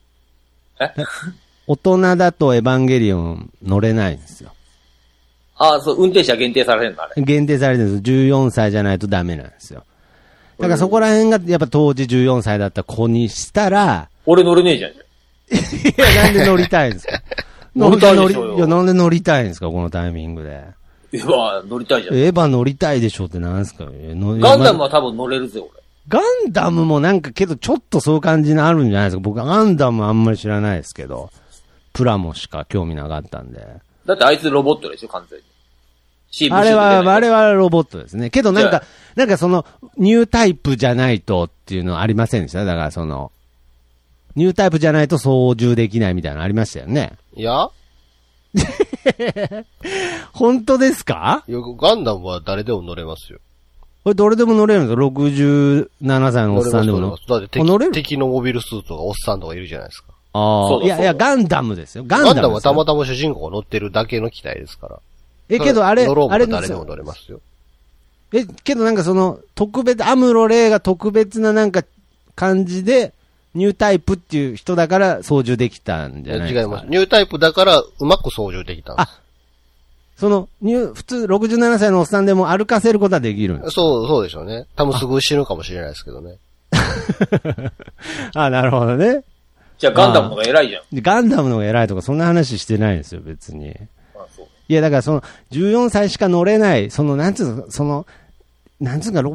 大人だとエヴァンゲリオン乗れないんですよ。 ああ、そう、運転者限定されるんだ、あれ。 限定されてるんです。14歳じゃないとダメなんですよ。だからそこら辺が、やっぱ当時14歳だった子にしたら、 俺乗れねえじゃん。いや、なんで乗りたいんですか？ 乗りたいでしょよ。 いや、なんで乗りたいんですか、このタイミングで。 エヴァ乗りたいじゃん。 エヴァ乗りたいでしょってなんですか？ガンダムは多分乗れるぜ、俺。 ガンダムもなんかけどちょっとそういう感じのあるんじゃないですか。僕ガンダムあんまり知らないですけど、プラモしか興味なかったんで。 だってあいつロボットでしょ、完全に。 あれはロボットですね。けどなんかその、ニュータイプじゃないとっていうのはありませんでした。だからその、ニュータイプじゃないと操縦できないみたいなのありましたよね。 いや本当ですか？ いや、ガンダムは誰でも乗れますよ。 これどれでも乗れるんですよ。67歳のおっさんでもだって敵のモビルスーツとかおっさんとかいるじゃないですか。 ああ。いや、ガンダムですよ。 ガンダムはたまたま主人公が乗ってるだけの機体ですから。 けどあれ誰でも乗れますよ。 けどなんかその、アムロレイが特別ななんか感じで、ニュータイプっていう人だから操縦できたんじゃないですか。 違います。ニュータイプだからうまく操縦できたんです。 その、普通67歳のおっさんでも歩かせることはできるんですか？ そうでしょうね。多分すぐ死ぬかもしれないですけどね。 なるほどね。 じゃあガンダムの方が偉いじゃん。 ガンダムの方が偉いとかそんな話してないんですよ、別に。いや、だからその、14歳しか乗れない、その、なんつうか、ロボッ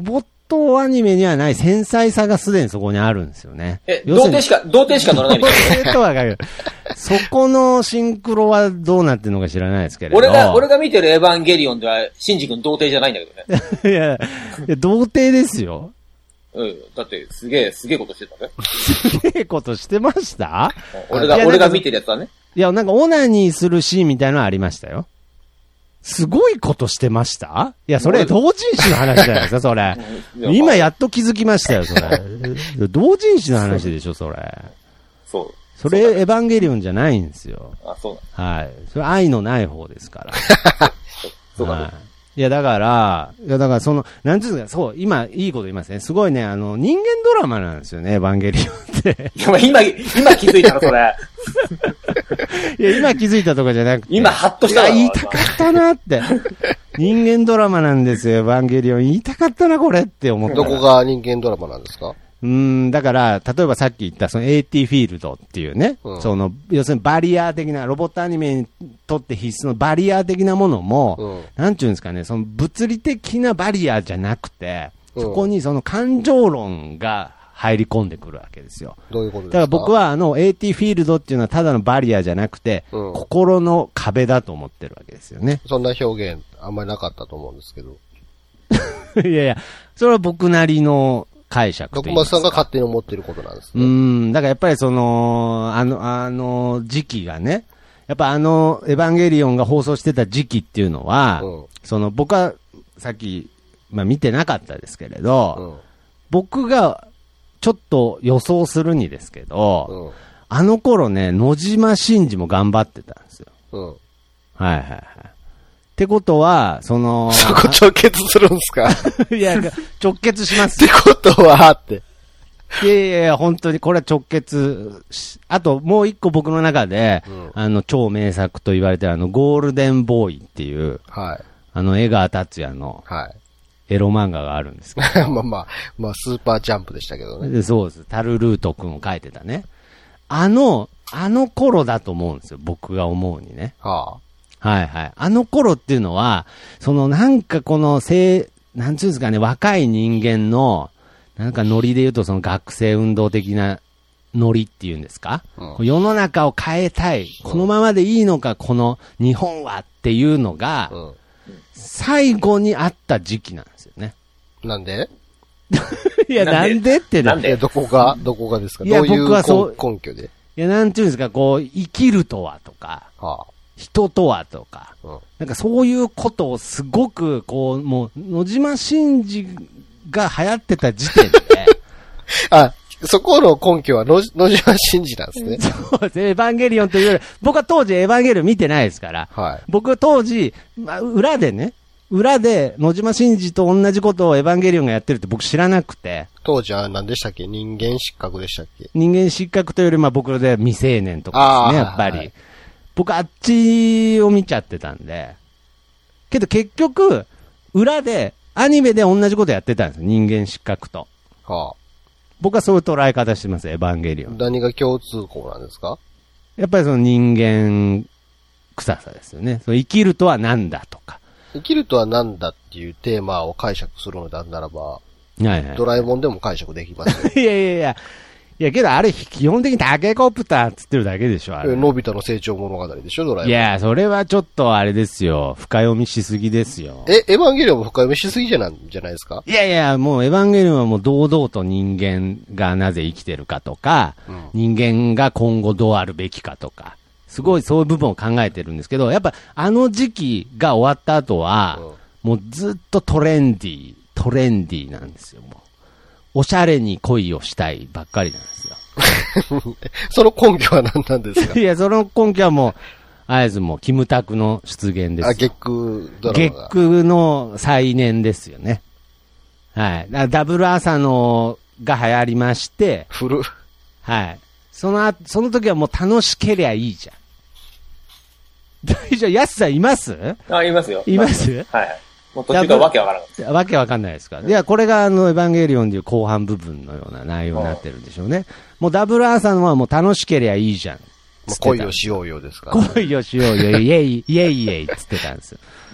トアニメにはない繊細さがすでにそこにあるんですよね。 童貞しか乗らないみたいな。 童貞とは限る。そこのシンクロはどうなってるのか知らないですけれど。 俺が見てるエヴァンゲリオンでは、シンジ君童貞じゃないんだけどね。 いや、童貞ですよ。 うん。だって、すげえことしてたね。 すげえことしてました？ 俺が見てるやつはね。 いや、なんかオナニーするシーンみたいなのありましたよ。すごいことしてました？いや、それ、同人誌の話じゃないですか、それ。今やっと気づきましたよ、それ。同人誌の話でしょ、それ。 そう。 それ、エヴァンゲリオンじゃないんですよ。 あ、そうなん。 はい。それ、愛のない方ですから。 そうかね。 いや、だからその、なんていうんですか、そう、今、いいこと言いますね。すごいね、人間ドラマなんですよね、エヴァンゲリオンって。 いや、今気づいたの、それ。 いや、今気づいたとかじゃなくて。 今、ハッとしたの。 言いたかったなって。人間ドラマなんですよ、エヴァンゲリオン。言いたかったな、これって思った。 どこが人間ドラマなんですか？ だから、例えばさっき言った、その AT フィールドっていうね、その、要するにバリア的な、ロボットアニメにとって必須のバリア的なものも、なんちゅうんですかね、その物理的なバリアじゃなくて、そこにその感情論が入り込んでくるわけですよ。 どういうことですか？ だから僕はAT フィールドっていうのはただのバリアじゃなくて、心の壁だと思ってるわけですよね。 そんな表現あんまりなかったと思うんですけど。 いやいや、それは僕なりの、解釈と徳松さんが勝手に思ってることなんですね。だからやっぱりその、時期がね、やっぱエヴァンゲリオンが放送してた時期っていうのは、その僕はさっき、見てなかったですけれど、僕がちょっと予想するにですけど、あの頃ね、野島伸二も頑張ってたんですよ。はいはいはい。ってことは、そこ直結するんですか？ いや、直結します。 ってことは、って。 いやいや、本当に、これは直結あと、もう一個僕の中で、超名作と言われてるゴールデンボーイっていう、 はい。 江川達也の、 はい。 エロ漫画があるんですけど。 まあ、スーパージャンプでしたけどね。 そうです。タルルート君を書いてたね。あの頃だと思うんですよ。僕が思うにね。 はあ。 はいはい。あの頃っていうのは、なんかなんつうんですかね、若い人間の、なんかノリで言うと学生運動的なノリっていうんですか、世の中を変えたい。このままでいいのか、この日本はっていうのが、最後にあった時期なんですよね。 なんで？ いや、なんでってなんでどこがですか？どういう根拠で？ いや、なんていうんですか、生きるとはとか、人とはとか、なんかそういうことをすごく、もう、野島伸二が流行ってた時点で。 そこの根拠は野島伸二なんですね。 そうです。エヴァンゲリオンというより、僕は当時エヴァンゲリオン見てないですから。はい。僕は当時、裏で野島伸二と同じことをエヴァンゲリオンがやってるって僕知らなくて。 当時は何でしたっけ？人間失格でしたっけ？ 人間失格というより、僕で未成年とかですね、やっぱり。はい、僕あっちを見ちゃってたんで。けど結局、裏で、アニメで同じことやってたんですよ。人間失格と。はあ、僕はそういう捉え方してます、エヴァンゲリオン。 何が共通項なんですか？ やっぱり人間臭さですよね。生きるとは何だとか。 生きるとは何だっていうテーマを解釈するのであるならば、はいはい、ドラえもんでも解釈できますよ。 いやけどあれ基本的にタケコプターっつってるだけでしょ、あれ。 のび太の成長物語でしょ、ドラえもん。 いや、それはちょっとあれですよ。深読みしすぎですよ。 エヴァンゲリオンも深読みしすぎじゃないですか？ いや、もうエヴァンゲリオンはもう堂々と人間がなぜ生きてるかとか、人間が今後どうあるべきかとか、すごいそういう部分を考えてるんですけど、やっぱあの時期が終わった後は、もうずっとトレンディーなんですよ、もう。おしゃれに恋をしたいばっかりなんですよ。 その根拠は何なんですか？ いや、その根拠はもう、あえずもう、キムタクの出現ですよ。 月9ドラマが。 月9の再燃ですよね。はい。ダブル朝のが流行りまして。はい。その時はもう楽しけりゃいいじゃん。大丈夫？ヤスさんいます？ いますよ。 います？ はい。もう途中からわけわからない。 わけわかんないですか。いや、これがエヴァンゲリオンでいう後半部分のような内容になってるんでしょうね。もうダブルアーサーのはもう楽しけりゃいいじゃん。 恋をしようよですか、 ね。恋をしようよ、イェイイェイっつってたんですよ。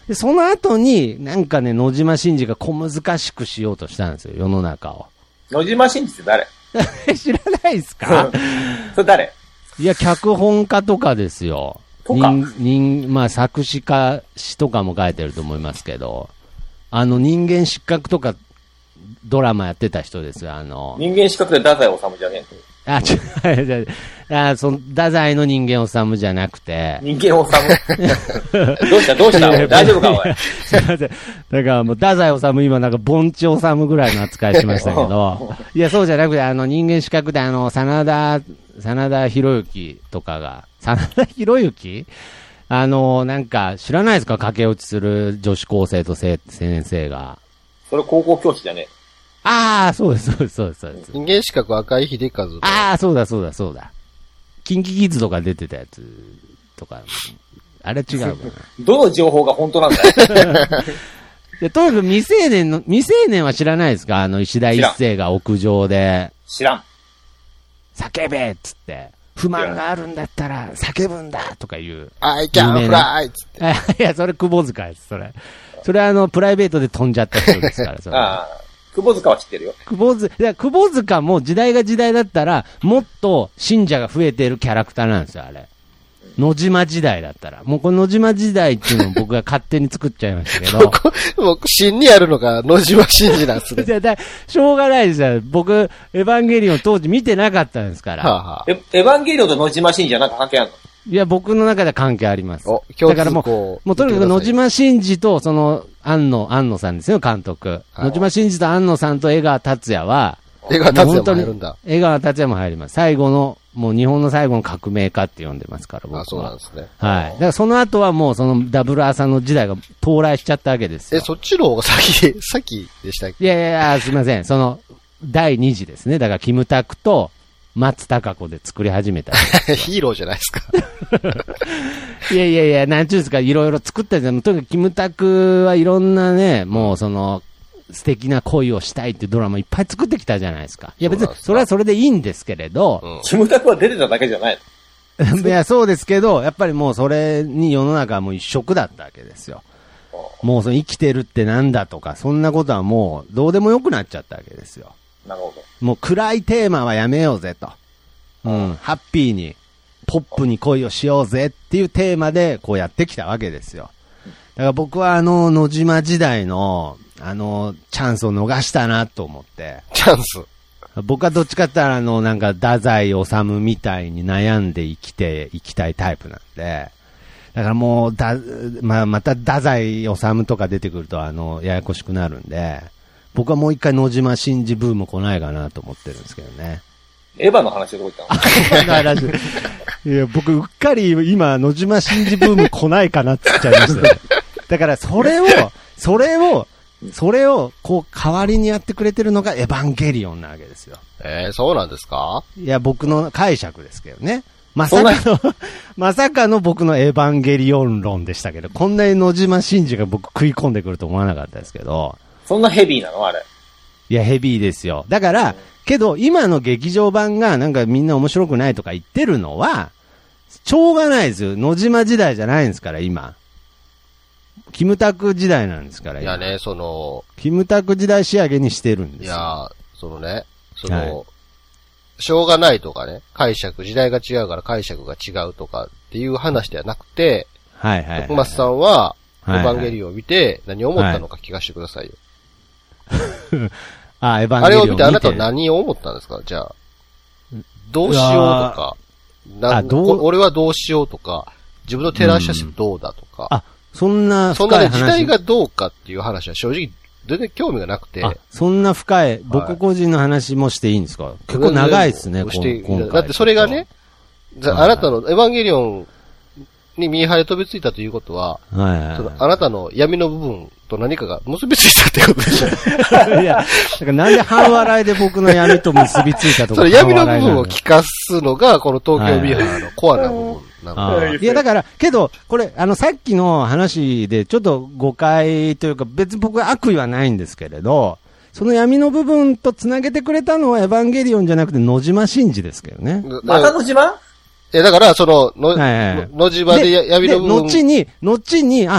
で、その後に、なんかね、野島真司が小難しくしようとしたんですよ、世の中を。 野島真司って誰知らないですかそれ誰いや、脚本家とかですよ。まあ、作詞家、詩とかも書いてると思いますけど、人間失格とか、ドラマやってた人ですよ、 人間失格で太宰治じゃねえ。太宰の人間治じゃなくて。 人間治どうした大丈夫かおい。 すいません。だからもう、太宰治今なんか盆地治ぐらいの扱いしましたけど、いや、そうじゃなくて、人間失格で真田広之とかが、真田広之なんか、知らないですか駆け落ちする女子高生と先生が。 それ高校教師じゃねああ、そうです。 人間資格赤井秀和。 ああ、そうだ。キンキキッズとか出てたやつとか。あれ違うかな。 どの情報が本当なんだよ。 とにかく未成年は知らないですか石田一世が屋上で。 知らん。 叫べっつって。不満があるんだったら叫ぶんだとか言う。 I can fly! つって。いや、それ窪塚です、それ。それプライベートで飛んじゃった人ですから、それ。 ああ。窪塚は知ってるよ。 窪塚も時代が時代だったら、もっと信者が増えてるキャラクターなんですよ、あれ。野島時代だったら。もうこの野島時代っていうのを僕が勝手に作っちゃいましたけど。 僕、真にあるのが野島真司なんですね。 しょうがないですよ。僕、エヴァンゲリオン当時見てなかったんですから。 エヴァンゲリオンと野島真司はなんか関係あるの？ いや、僕の中では関係あります。だからもうとにかく野島真司と、安野さんですよ、監督。野島真司と安野さんと江川達也は、 江川達也も入るんだ。 江川達也も入ります。もう日本の最後の革命家って呼んでますから、僕は。 あ、そうなんですね。 はい。だからその後はもうダブル朝の時代が到来しちゃったわけですよ。 そっちの方が先でしたっけ？ いや、すいません。第2次ですね。だから、キムタクと松たか子で作り始めた。 ヒーローじゃないですか。 いや、なんちゅうんですか、いろいろ作ったじゃん。とにかくキムタクはいろんなね、もう素敵な恋をしたいっていうドラマいっぱい作ってきたじゃないですか。いや別にそれはそれでいいんですけれど。 キムタクは出てただけじゃないのいや、そうですけど、やっぱりもうそれに世の中はもう一色だったわけですよ。もう生きてるってなんだとか、そんなことはもうどうでもよくなっちゃったわけですよ。 なるほど。 もう暗いテーマはやめようぜと。ハッピーに、ポップに恋をしようぜっていうテーマでこうやってきたわけですよ。だから僕は野島時代のチャンスを逃したなと思って。 チャンス？ 僕はどっちかって言ったらなんか太宰治みたいに悩んで生きたいタイプなんで。だからもうまた太宰治とか出てくるとややこしくなるんで、僕はもう一回野島真司ブーム来ないかなと思ってるんですけどね。 エヴァの話でどこ行ったの？ いや、僕うっかり今野島真司ブーム来ないかなって言っちゃいましたよ。だからそれをこう代わりにやってくれてるのがエヴァンゲリオンなわけですよ。 そうなんですか？ いや、僕の解釈ですけどね。まさかの僕のエヴァンゲリオン論でしたけど、こんなに野島真司が僕食い込んでくると思わなかったですけど。 そんなヘビーなのあれ。 いや、ヘビーですよ。だから、けど今の劇場版がなんかみんな面白くないとか言ってるのは、しょうがないですよ。野島時代じゃないんですから、今。キムタク時代なんですから、 いやね、 キムタク時代仕上げにしてるんですよ。 いや、しょうがないとかね、時代が違うから解釈が違うとかっていう話ではなくて、徳松さんは、エヴァンゲリオンを見て何を思ったのか聞かせてくださいよ。 エヴァンゲリオンあれを見てあなたは何を思ったんですか？じゃあ。どうしようとか、俺はどうしようとか、自分の照らし合わせどうだとか。 そんな時代がどうかっていう話は正直全然興味がなくて。 そんな深い、僕個人の話もしていいんですか？結構長いですね、 だってそれがね、あなたのエヴァンゲリオンにミーハーで飛びついたということは、あなたの闇の部分と何かが結びついたってことでしょ。 いや、だからなんで半笑いで僕の闇と結びついたとか。 それ闇の部分を聞かすのが、この東京ミーハーのコアな部分なの。 いや、だから、けど、これ、さっきの話でちょっと誤解というか、別に僕は悪意はないんですけれど、その闇の部分と繋げてくれたのはエヴァンゲリオンじゃなくて野島真司ですけどね。 また野島？ だから、野島で闇の部分。 後に、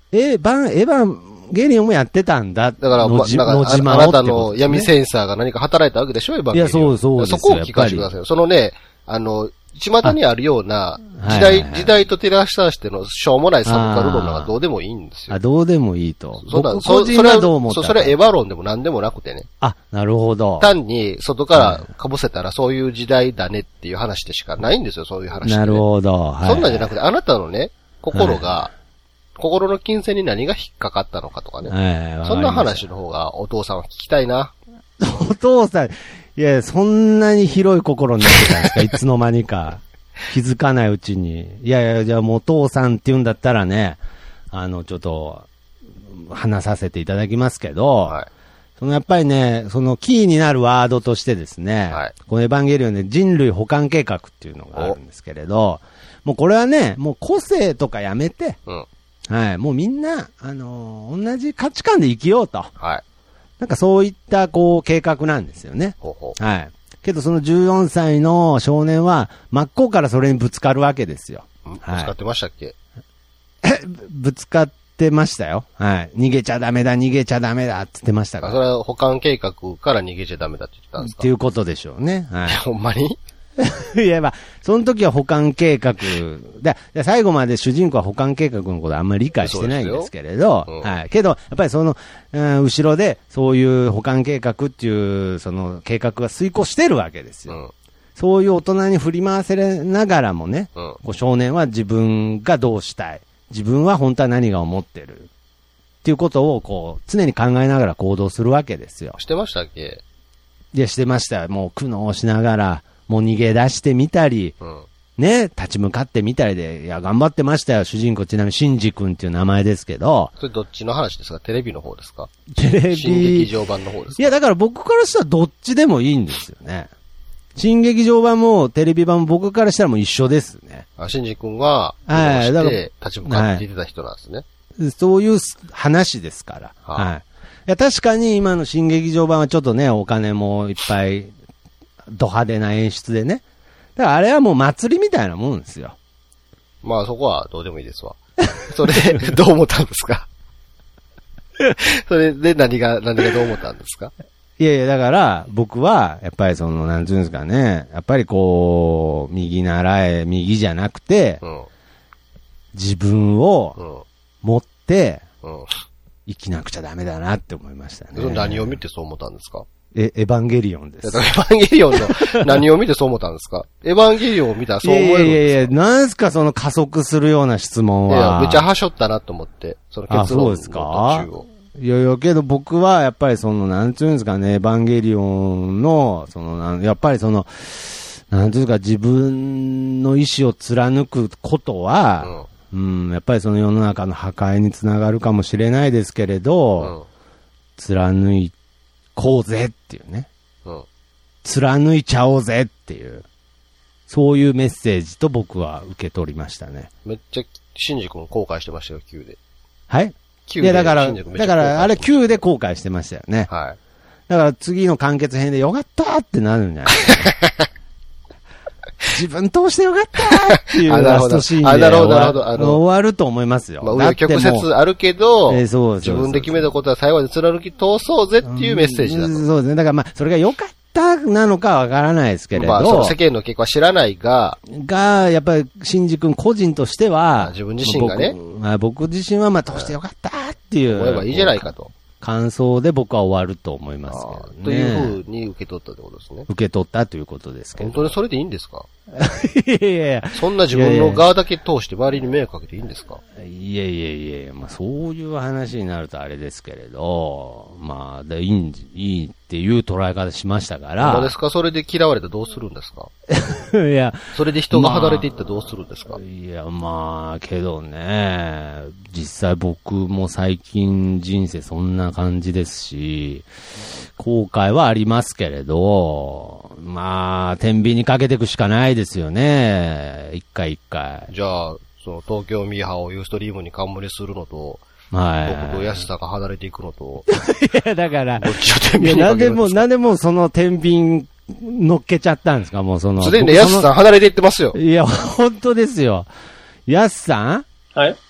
エヴァンゲリオンもやってたんだ。 だから、あなたの闇センサーが何か働いたわけでしょ、エヴァンゲリオン。 いや、そうですよ。 そこを聞かせてくださいよ。そのね、巷にあるような、時代と照らし合わせてのしょうもないサブカル論なんかどうでもいいんですよ。 どうでもいいと。 僕個人はどう思ったか。それはエヴァ論でも何でもなくてね。 なるほど。 単に外から被せたらそういう時代だねっていう話でしかないんですよ、そういう話、ね。 なるほど。 そんなんじゃなくて、あなたのね、心の金銭に何が引っかかったのかとかね。そんな話の方がお父さんは聞きたいな。 お父さん、いや、そんなに広い心になってたんですかいつの間にか。気づかないうちに。いや、じゃあもうお父さんって言うんだったらね、ちょっと、話させていただきますけど、やっぱりね、そのキーになるワードとしてですね、このエヴァンゲリオンで人類補完計画っていうのがあるんですけれど、もうこれはね、もう個性とかやめて、もうみんな、同じ価値観で生きようと。なんかそういった、計画なんですよね。けどその14歳の少年は、真っ向からそれにぶつかるわけですよ。 ぶつかってましたっけ？ ぶつかってましたよ。逃げちゃダメだ、逃げちゃダメだって言ってましたから。 それは保管計画から逃げちゃダメだって言ったんですか？ っていうことでしょうね。 ほんまにいや、その時は保管計画で、最後まで主人公は保管計画のことあんまり理解してないんですけれど、けど、やっぱりその、後ろでそういう保管計画っていう、その計画が遂行してるわけですよ。そういう大人に振り回せながらもね、少年は自分がどうしたい、自分は本当は何が思ってるっていうことを常に考えながら行動するわけですよ。 してましたっけ？ いや、してましたよ。もう苦悩しながら、もう逃げ出してみたり、ね、立ち向かってみたりで、いや、頑張ってましたよ、主人公。ちなみに、シンジ君っていう名前ですけど。 それどっちの話ですか？テレビの方ですか？ テレビ。 新劇場版の方ですか？ いや、だから僕からしたらどっちでもいいんですよね。新劇場版もテレビ版も僕からしたらもう一緒ですね。 シンジ君は、立ち向かっていてた人なんですね。 そういう話ですから。いや、確かに今の新劇場版はちょっとね、お金もいっぱい、ド派手な演出でね。だからあれはもう祭りみたいなもんですよ。 まあそこはどうでもいいですわ。それでどう思ったんですか？それで何がどう思ったんですか？ いやいや、だから僕はやっぱりその、なんていうんですかね、やっぱり右習え、右じゃなくて、自分を持って、生きなくちゃダメだなって思いましたね。 何を見てそう思ったんですか？ エヴァンゲリオンです。 エヴァンゲリオンの何を見てそう思ったんですか？エヴァンゲリオンを見たらそう思えるんですか？ いや、なんすかその加速するような質問は。 いや、めっちゃはしょったなと思って、その結論の途中を。 いや、けど僕はやっぱりその、なんていうんですかね、エヴァンゲリオンの、やっぱりその、なんていうか自分の意志を貫くことは、やっぱりその世の中の破壊につながるかもしれないですけれど、貫こうぜっていうね。貫いちゃおうぜっていう。そういうメッセージと僕は受け取りましたね。 めっちゃ、シンジ君後悔してましたよ、Q で。 はい？ Q で。いや、だから、あれ Q で後悔してましたよね。 はい。 だから次の完結編でよかったってなるんじゃないですか。自分通してよかったっていうラストシーンで終わると思いますよ。 まあ、紆余曲折あるけど、自分で決めたことは最後まで貫き通そうぜっていうメッセージだと。 そうですね。だからまあ、それがよかったなのかわからないですけれど。まあ、 世間の結果は知らないが、 やっぱり、シンジ君個人としては、 自分自身がね。 僕自身はまあ、通してよかったっていう。 思えばいいじゃないかと。 感想で僕は終わると思いますけどね。 というふうに受け取ったってことですね。 受け取ったということですけど。 本当にそれでいいんですか？ いやいやいや。 そんな自分の側だけ通して周りに迷惑かけていいんですか？ いやいや、まあそういう話になるとあれですけれど、まあ、いいっていう捉え方しましたから。 そうですか？それで嫌われたらどうするんですか？ いや。 それで人が離れていったらどうするんですか？ いや、まあ、けどね、実際僕も最近人生そんな感じですし、後悔はありますけれど、まあ、天秤にかけていくしかないですよね。一回一回。 じゃあ、その東京ミーハーをユーストリームに冠するのと、僕と安さが離れていくのと。 いや、だから、 どっちを天秤にかけるんですか？ なんでもその天秤乗っけちゃったんですか？もうその。 すでに安さん離れていってますよ。 いや、本当ですよ。安さん？ はい。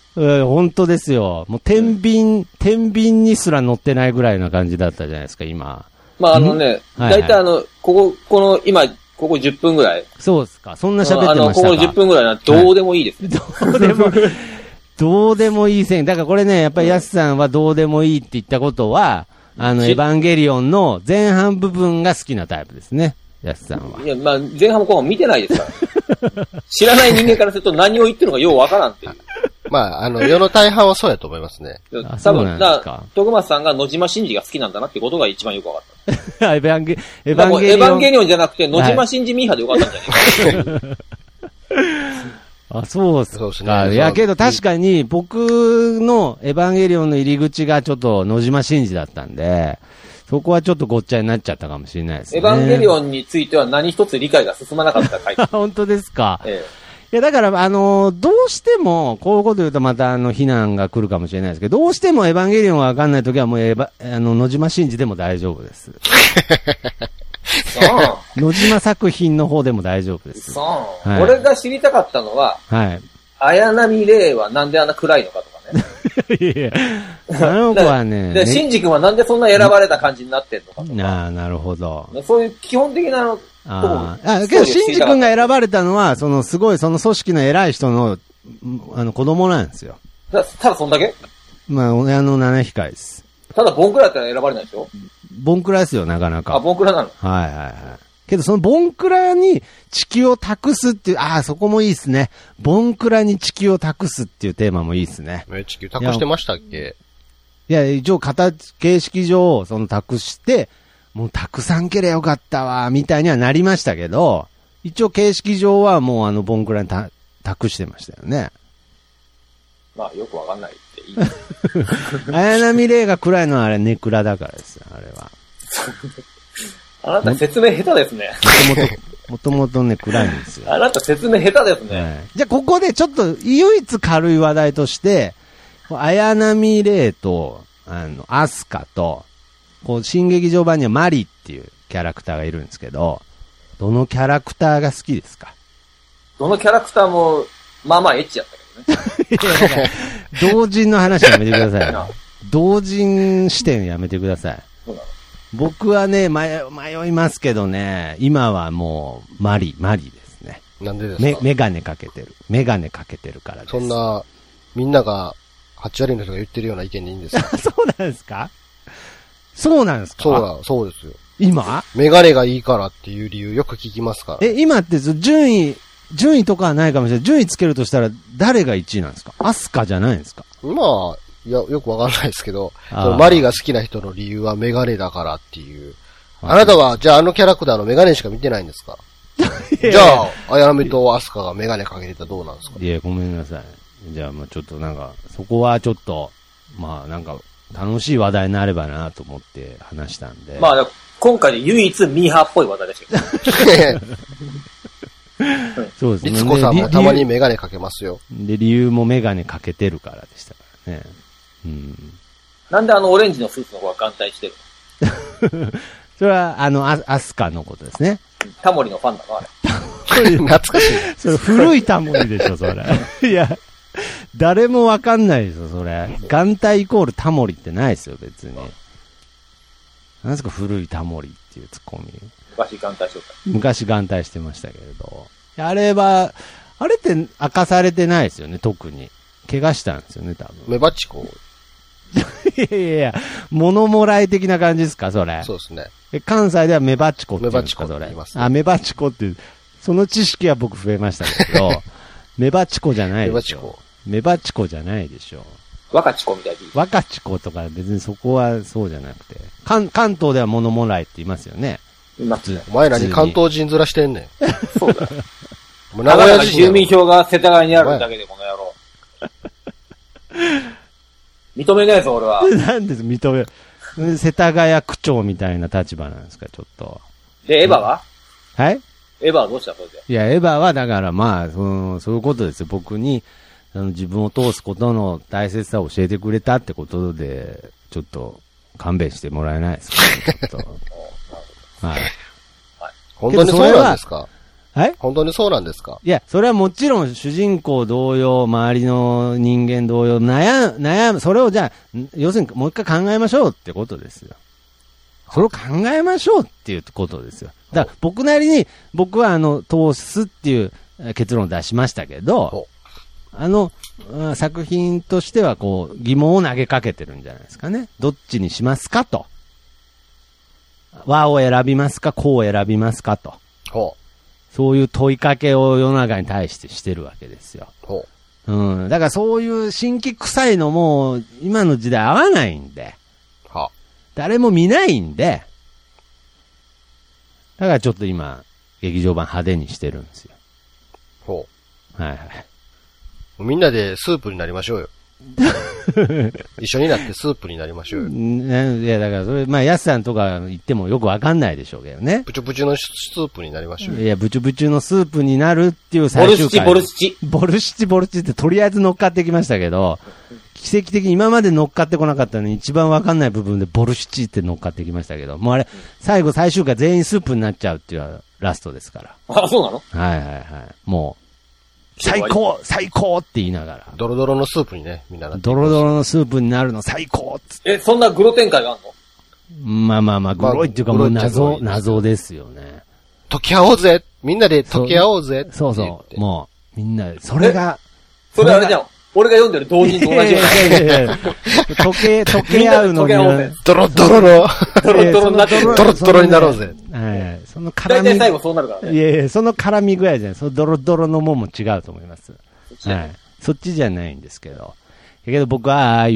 本当ですよ。もう天秤にすら乗ってないぐらいな感じだったじゃないですか、今。 まあだいたいこの今、ここ10分ぐらい。 そうですか。そんな喋ってましたか。 ここ10分ぐらいなどうでもいいです、ね。 どうでもいい線。だからこれね、やっぱりヤスさんはどうでもいいって言ったことは、エヴァンゲリオンの前半部分が好きなタイプですね。ヤスさんは。 いや、まあ、前半も後半も見てないですから。知らない人間からすると何を言ってるのかようわからんっていう。 まあ、世の大半はそうやと思いますね。 多分、徳松さんが野島真司が好きなんだなってことが一番よくわかった。 エヴァンゲリオンじゃなくて、野島真司ミーハーでよかったんじゃないか。 あ、そうっすか。いや、けど確かに僕のエヴァンゲリオンの入り口がちょっと野島真司だったんで、そこはちょっとごっちゃになっちゃったかもしれないですね。 エヴァンゲリオンについては何一つ理解が進まなかった回。 本当ですか。いや、だから、どうしても、こういうこと言うとまた、非難が来るかもしれないですけど、どうしてもエヴァンゲリオンがわかんないときはもう野島真司でも大丈夫です。野島作品の方でも大丈夫です。 はい、俺が知りたかったのは、 はい。 綾波レイはなんであんな暗いのかとかね。 いやあの子はね。 で、シンジ君はなんでそんな選ばれた感じになってんのかとか。 なるほど。 そういう基本的なけど、シンジ君が選ばれたのは、すごいその組織の偉い人の、子供なんですよ。 ただそんだけ？ まあ、親の七控えです。 ただ、ボンクラだったら選ばれないでしょ？ ボンクラですよ、なかなか。 あ、ボンクラなの？ はいはいはい。けど、そのボンクラに地球を託すっていう、そこもいいですね。ボンクラに地球を託すっていうテーマもいいですね。 地球託してましたっけ？ いや、一応、形式上、託して、もうたくさん蹴れよかったわ、みたいにはなりましたけど、一応形式上はもうボンクラに託してましたよね。 まあよくわかんないっていい。 綾波レイが暗いのはあれネクラだからですよ、あれは。 あなた説明下手ですね。 もともとね、暗いんですよ。 あなた説明下手ですね。 はい、じゃあここでちょっと唯一軽い話題として、綾波レイと、アスカと、新劇場版にはマリっていうキャラクターがいるんですけど、どのキャラクターが好きですか？ どのキャラクターも、まあまあエッチやったけどね。 同人の話やめてください。同人視点やめてください。僕はね、迷いますけどね、今はもう、マリですね。 なんでですか？ メガネかけてるからです。 そんな、みんなが、8割の人が言ってるような意見でいいんですか？ そうなんですか？そうなんですか？ そうですよ。 今？ メガネがいいからっていう理由よく聞きますから。 今って順位とかはないかもしれない。順位つけるとしたら誰が1位なんですか？アスカじゃないんですか？ まあ、よくわかんないですけど、マリが好きな人の理由はメガネだからっていう。あなたは、じゃあキャラクターのメガネしか見てないんですか？じゃあ、綾波とアスカがメガネかけてたらどうなんですか？ いや、ごめんなさい。じゃあ、ちょっとそこはちょっと、楽しい話題になればなと思って話したんで。 まあ、今回で唯一ミーハーっぽい話題ですよ。 そうですね。 律子さんもたまにメガネかけますよ。 で、理由もメガネかけてるからでしたからね。うん。 なんでオレンジのスーツの方が眼帯してるの？それは、アスカのことですね。 タモリのファンだろ、あれ。懐かしい。 それ古いタモリでしょ、それ。いや、誰もわかんないですよ、それ。眼帯イコールタモリってないですよ、別に。なんですか、古いタモリっていうツッコミ。昔眼帯してましたけれど。あれって明かされてないですよね、特に。怪我したんですよね、多分。 メバチコ。 いや、物もらい的な感じですか、それ。 そうですね。 関西ではメバチコって言うんですか、 それ。 メバチコって、その知識は僕増えましたけど、メバチコじゃないでしょ。メバチコじゃないでしょ。 若チコみたいに。 若チコとか別にそこはそうじゃなくて。関東では物もらいって言いますよね。 お前何関東人面してんねん。 そうだ。もう名古屋住民票が世田谷にあるだけでこの野郎。認めないぞ、俺は。 なんです、認め、世田谷区長みたいな立場なんですか、ちょっと。 で、エヴァは？ はい？ エヴァはどうしたそれで。 いや、エヴァはだからそういうことですよ。僕に、自分を通すことの大切さを教えてくれたってことで、ちょっと勘弁してもらえないですか、ね、ちょっと。はい。 本当にそうなんですか？ はい？ 本当にそうなんですか？ いや、それはもちろん主人公同様、周りの人間同様、悩む、それをじゃあ、要するにもう一回考えましょうってことですよ。それを考えましょうっていうことですよ。だから僕なりに、僕は通すっていう結論を出しましたけど、作品としてはこう、疑問を投げかけてるんじゃないですかね。どっちにしますかと。和を選びますか、こう選びますかと。そういう問いかけを世の中に対してしてるわけですよ。だからそういう新規臭いのも今の時代合わないんで。誰も見ないんで。だからちょっと今、劇場版派手にしてるんですよ。はいはい。 みんなでスープになりましょうよ。一緒になってスープになりましょうよ。 いや、だからそれ、まあ、ヤスさんとか言ってもよくわかんないでしょうけどね。 ブチュブチュのスープになりましょうよ。 いや、ブチュブチュのスープになるっていう最終回。 ボルシチってとりあえず乗っかってきましたけど、奇跡的に今まで乗っかってこなかったのに一番わかんない部分でボルシチって乗っかってきましたけど、もうあれ、最終回全員スープになっちゃうっていうラストですから。 あ、そうなの？ はいはいはい。もう、最高って言いながら。 ドロドロのスープにね、みんななって。 ドロドロのスープになるの最高っつって。 そんなグロ展開があるの？まあ、グロいっていうかもう謎ですよね。 溶け合おうぜみんなで溶け合おうぜそうそう。もう、みんなで、それあれじゃん。俺が読んでる同人と同じような。 溶け合うのに。 ドロドロになろうぜ。 その絡み。 大体最後そうなるからね。 いやその絡み具合じゃない。そのドロドロのもんも違うと思います。そっちじゃないんですけど。だけど僕はああいう、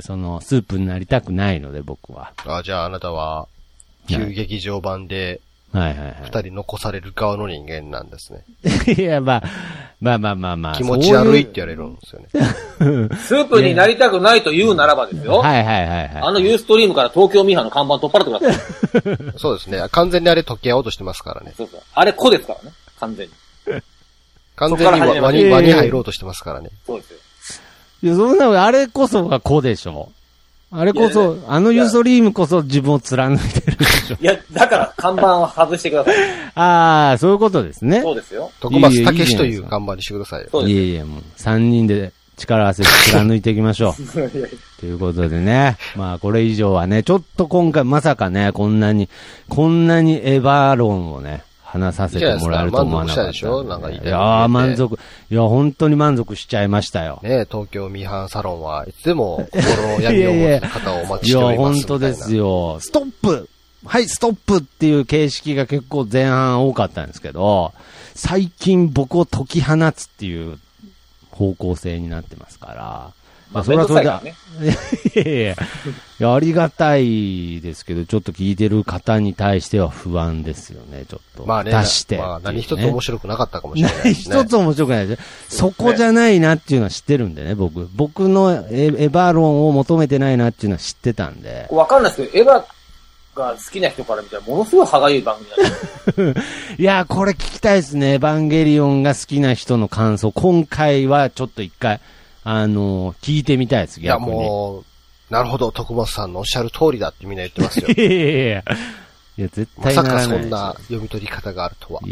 スープになりたくないので僕は。 じゃああなたは、旧劇場版で、二人残される側の人間なんですね。 いや、まあ。 気持ち悪いって言われるんですよね。 スープになりたくないと言うならばですよ。ユーストリームから東京ミーハーの看板取っ払ってください。 そうですね。完全にあれ溶け合おうとしてますからね。 そう。あれ子ですからね。完全に。 完全に輪に入ろうとしてますからね。 そうですよ。 いや、そんな、あれこそが子でしょ。あれこそ、ユーストリームこそ自分を貫いてるでしょ。 いや、だから看板は外してください。 ああ、そういうことですね。 そうですよ。 徳松武史という看板にしてくださいよ。 いや、もう、3人で力合わせて貫いていきましょう。ということでね。まあ、これ以上はね、ちょっと今回まさかね、こんなにエヴァ論をね、話させてもらえると思わなかった。 満足したでしょ？なんか言いたい。 いやー、満足。いや、本当に満足しちゃいましたよ。 ね、東京ミーハンサロンはいつでも心の闇を持つ方をお待ちしております。 いや、本当ですよ。ストップっていう形式が結構前半多かったんですけど、最近僕を解き放つっていう方向性になってますから、 まあ、それはそれだ。 いや、ありがたいですけど、ちょっと聞いてる方に対しては不安ですよね、ちょっと。 まあね。 出して、 まあ、何一つ面白くなかったかもしれないですね。 何一つ面白くないです。そこじゃないなっていうのは知ってるんでね、僕のエヴァ論を求めてないなっていうのは知ってたんで。 わかんないですけど、エヴァが好きな人から見たらものすごい歯がゆい番組なんです。 いや、これ聞きたいですね。エヴァンゲリオンが好きな人の感想。今回はちょっと一回、聞いてみたいです、逆に。 いや、もう、なるほど、徳松さんのおっしゃる通りだってみんな言ってますよ。 いや、絶対ならない。 まさかそんな読み取り方があるとは。 い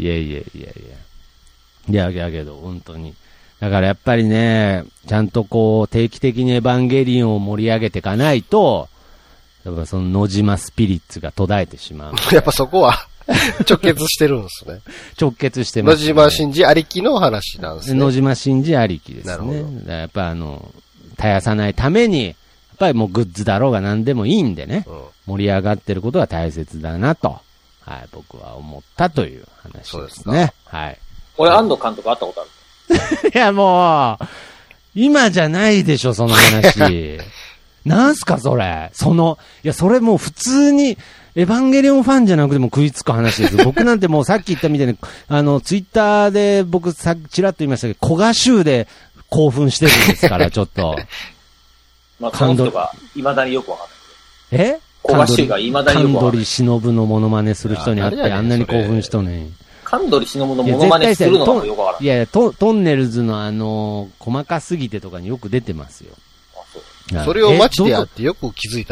や、けど、本当に。だからやっぱりね、ちゃんとこう、定期的にエヴァンゲリオンを盛り上げていかないと、やっぱその野島スピリッツが途絶えてしまう。 やっぱそこは、直結してるんですね。 直結してます、ね。 野島真司ありきの話なんですね。 野島真司ありきですね。 なるほど。 やっぱ絶やさないために、やっぱりもうグッズだろうが何でもいいんでね、盛り上がってることは大切だなと、はい、僕は思ったという話ですね。そうですね。はい。 俺、安藤監督会ったことある。いや、もう、今じゃないでしょ、その話。なんすか、それ。いや、それもう普通に、エヴァンゲリオンファンじゃなくても食いつく話です。僕なんてもうさっき言ったみたいに、ツイッターで僕ちらっと言いましたけど、古賀衆で興奮してるんですから、ちょっと。 まあ、この人が未だによくわかんない。古賀衆が未だによくわかんない。 カンドリ忍のモノマネする人に会ってあんなに興奮しとね。 カンドリ忍のモノマネするのがよくわからない。 いや、トンネルズの細かすぎてとかによく出てますよ。 それを街でやってよく気づいたな。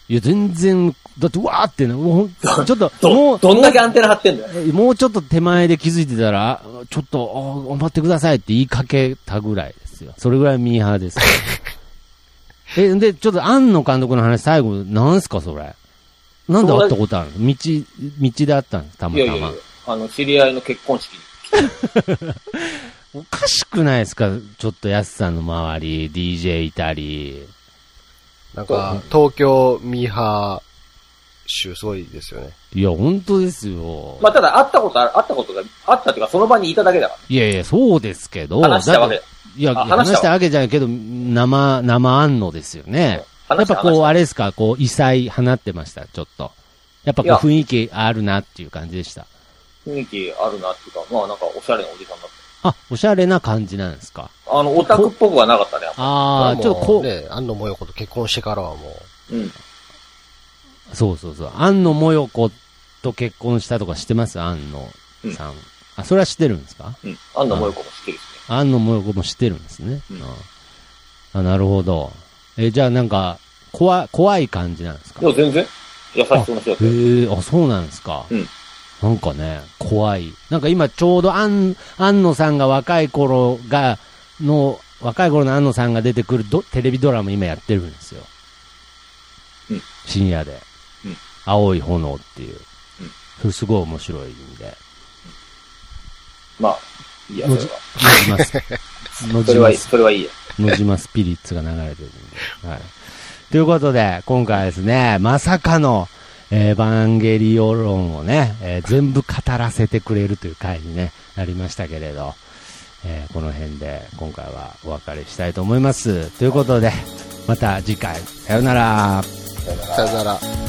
いや、全然、だってわーってね、もうちょっと、 どんだけアンテナ張ってんだよ。 もうちょっと手前で気づいてたら、ちょっと、頑張ってくださいって言いかけたぐらいですよ。それぐらいミーハーです。で、ちょっと庵野監督の話最後、なんすかそれ。なんで会ったことあるの？道で会ったんです、たまたま。 いや知り合いの結婚式に。 おかしくないですか？ちょっとやすさんの周り、DJ いたり。 なんか、東京ミーハー州すごいですよね。 いや、本当ですよ。 まあ、ただ、会ったことがあったっていうか、その場にいただけだから。 いやいや、そうですけど。 話したわけだ。 いや、話したわけじゃないけど、生安野ですよね。やっぱこう、あれですか、こう、異彩放ってました、ちょっと。やっぱこう、雰囲気あるなっていう感じでした。 雰囲気あるなっていうか、まあなんか、おしゃれなおじさんだった。 あ、おしゃれな感じなんですか。 オタクっぽくはなかったね。 ああ、ちょっとこう。 ね、安野もよこと結婚してからはもう。うん。 そう。安野もよこと結婚したとか知ってます？安野さん。あ、それは知ってるんですか？ うん。安野もよこも知ってるしね。 安野もよこも知ってるんですね。あ、なるほど。じゃあなんか、怖い感じなんですか？ いや、全然。優しそうな人だったよ。 あ、そうなんですか。 うん。 なんかね、怖い。なんか今ちょうど安野さんが若い頃の安野さんが出てくるテレビドラマ今やってるんですよ。 うん。 深夜で。 うん。 青い炎っていう。 うん。 それすごい面白いんで。 まあ、いいや、それは。 野島それはいいや。 野島スピリッツが流れてるんで。はい。ということで、今回はですね、まさかの、エヴァンゲリオ論をね、全部語らせてくれるという回にね、なりましたけれど、この辺で今回はお別れしたいと思います。ということで、また次回、さよなら。 さよなら。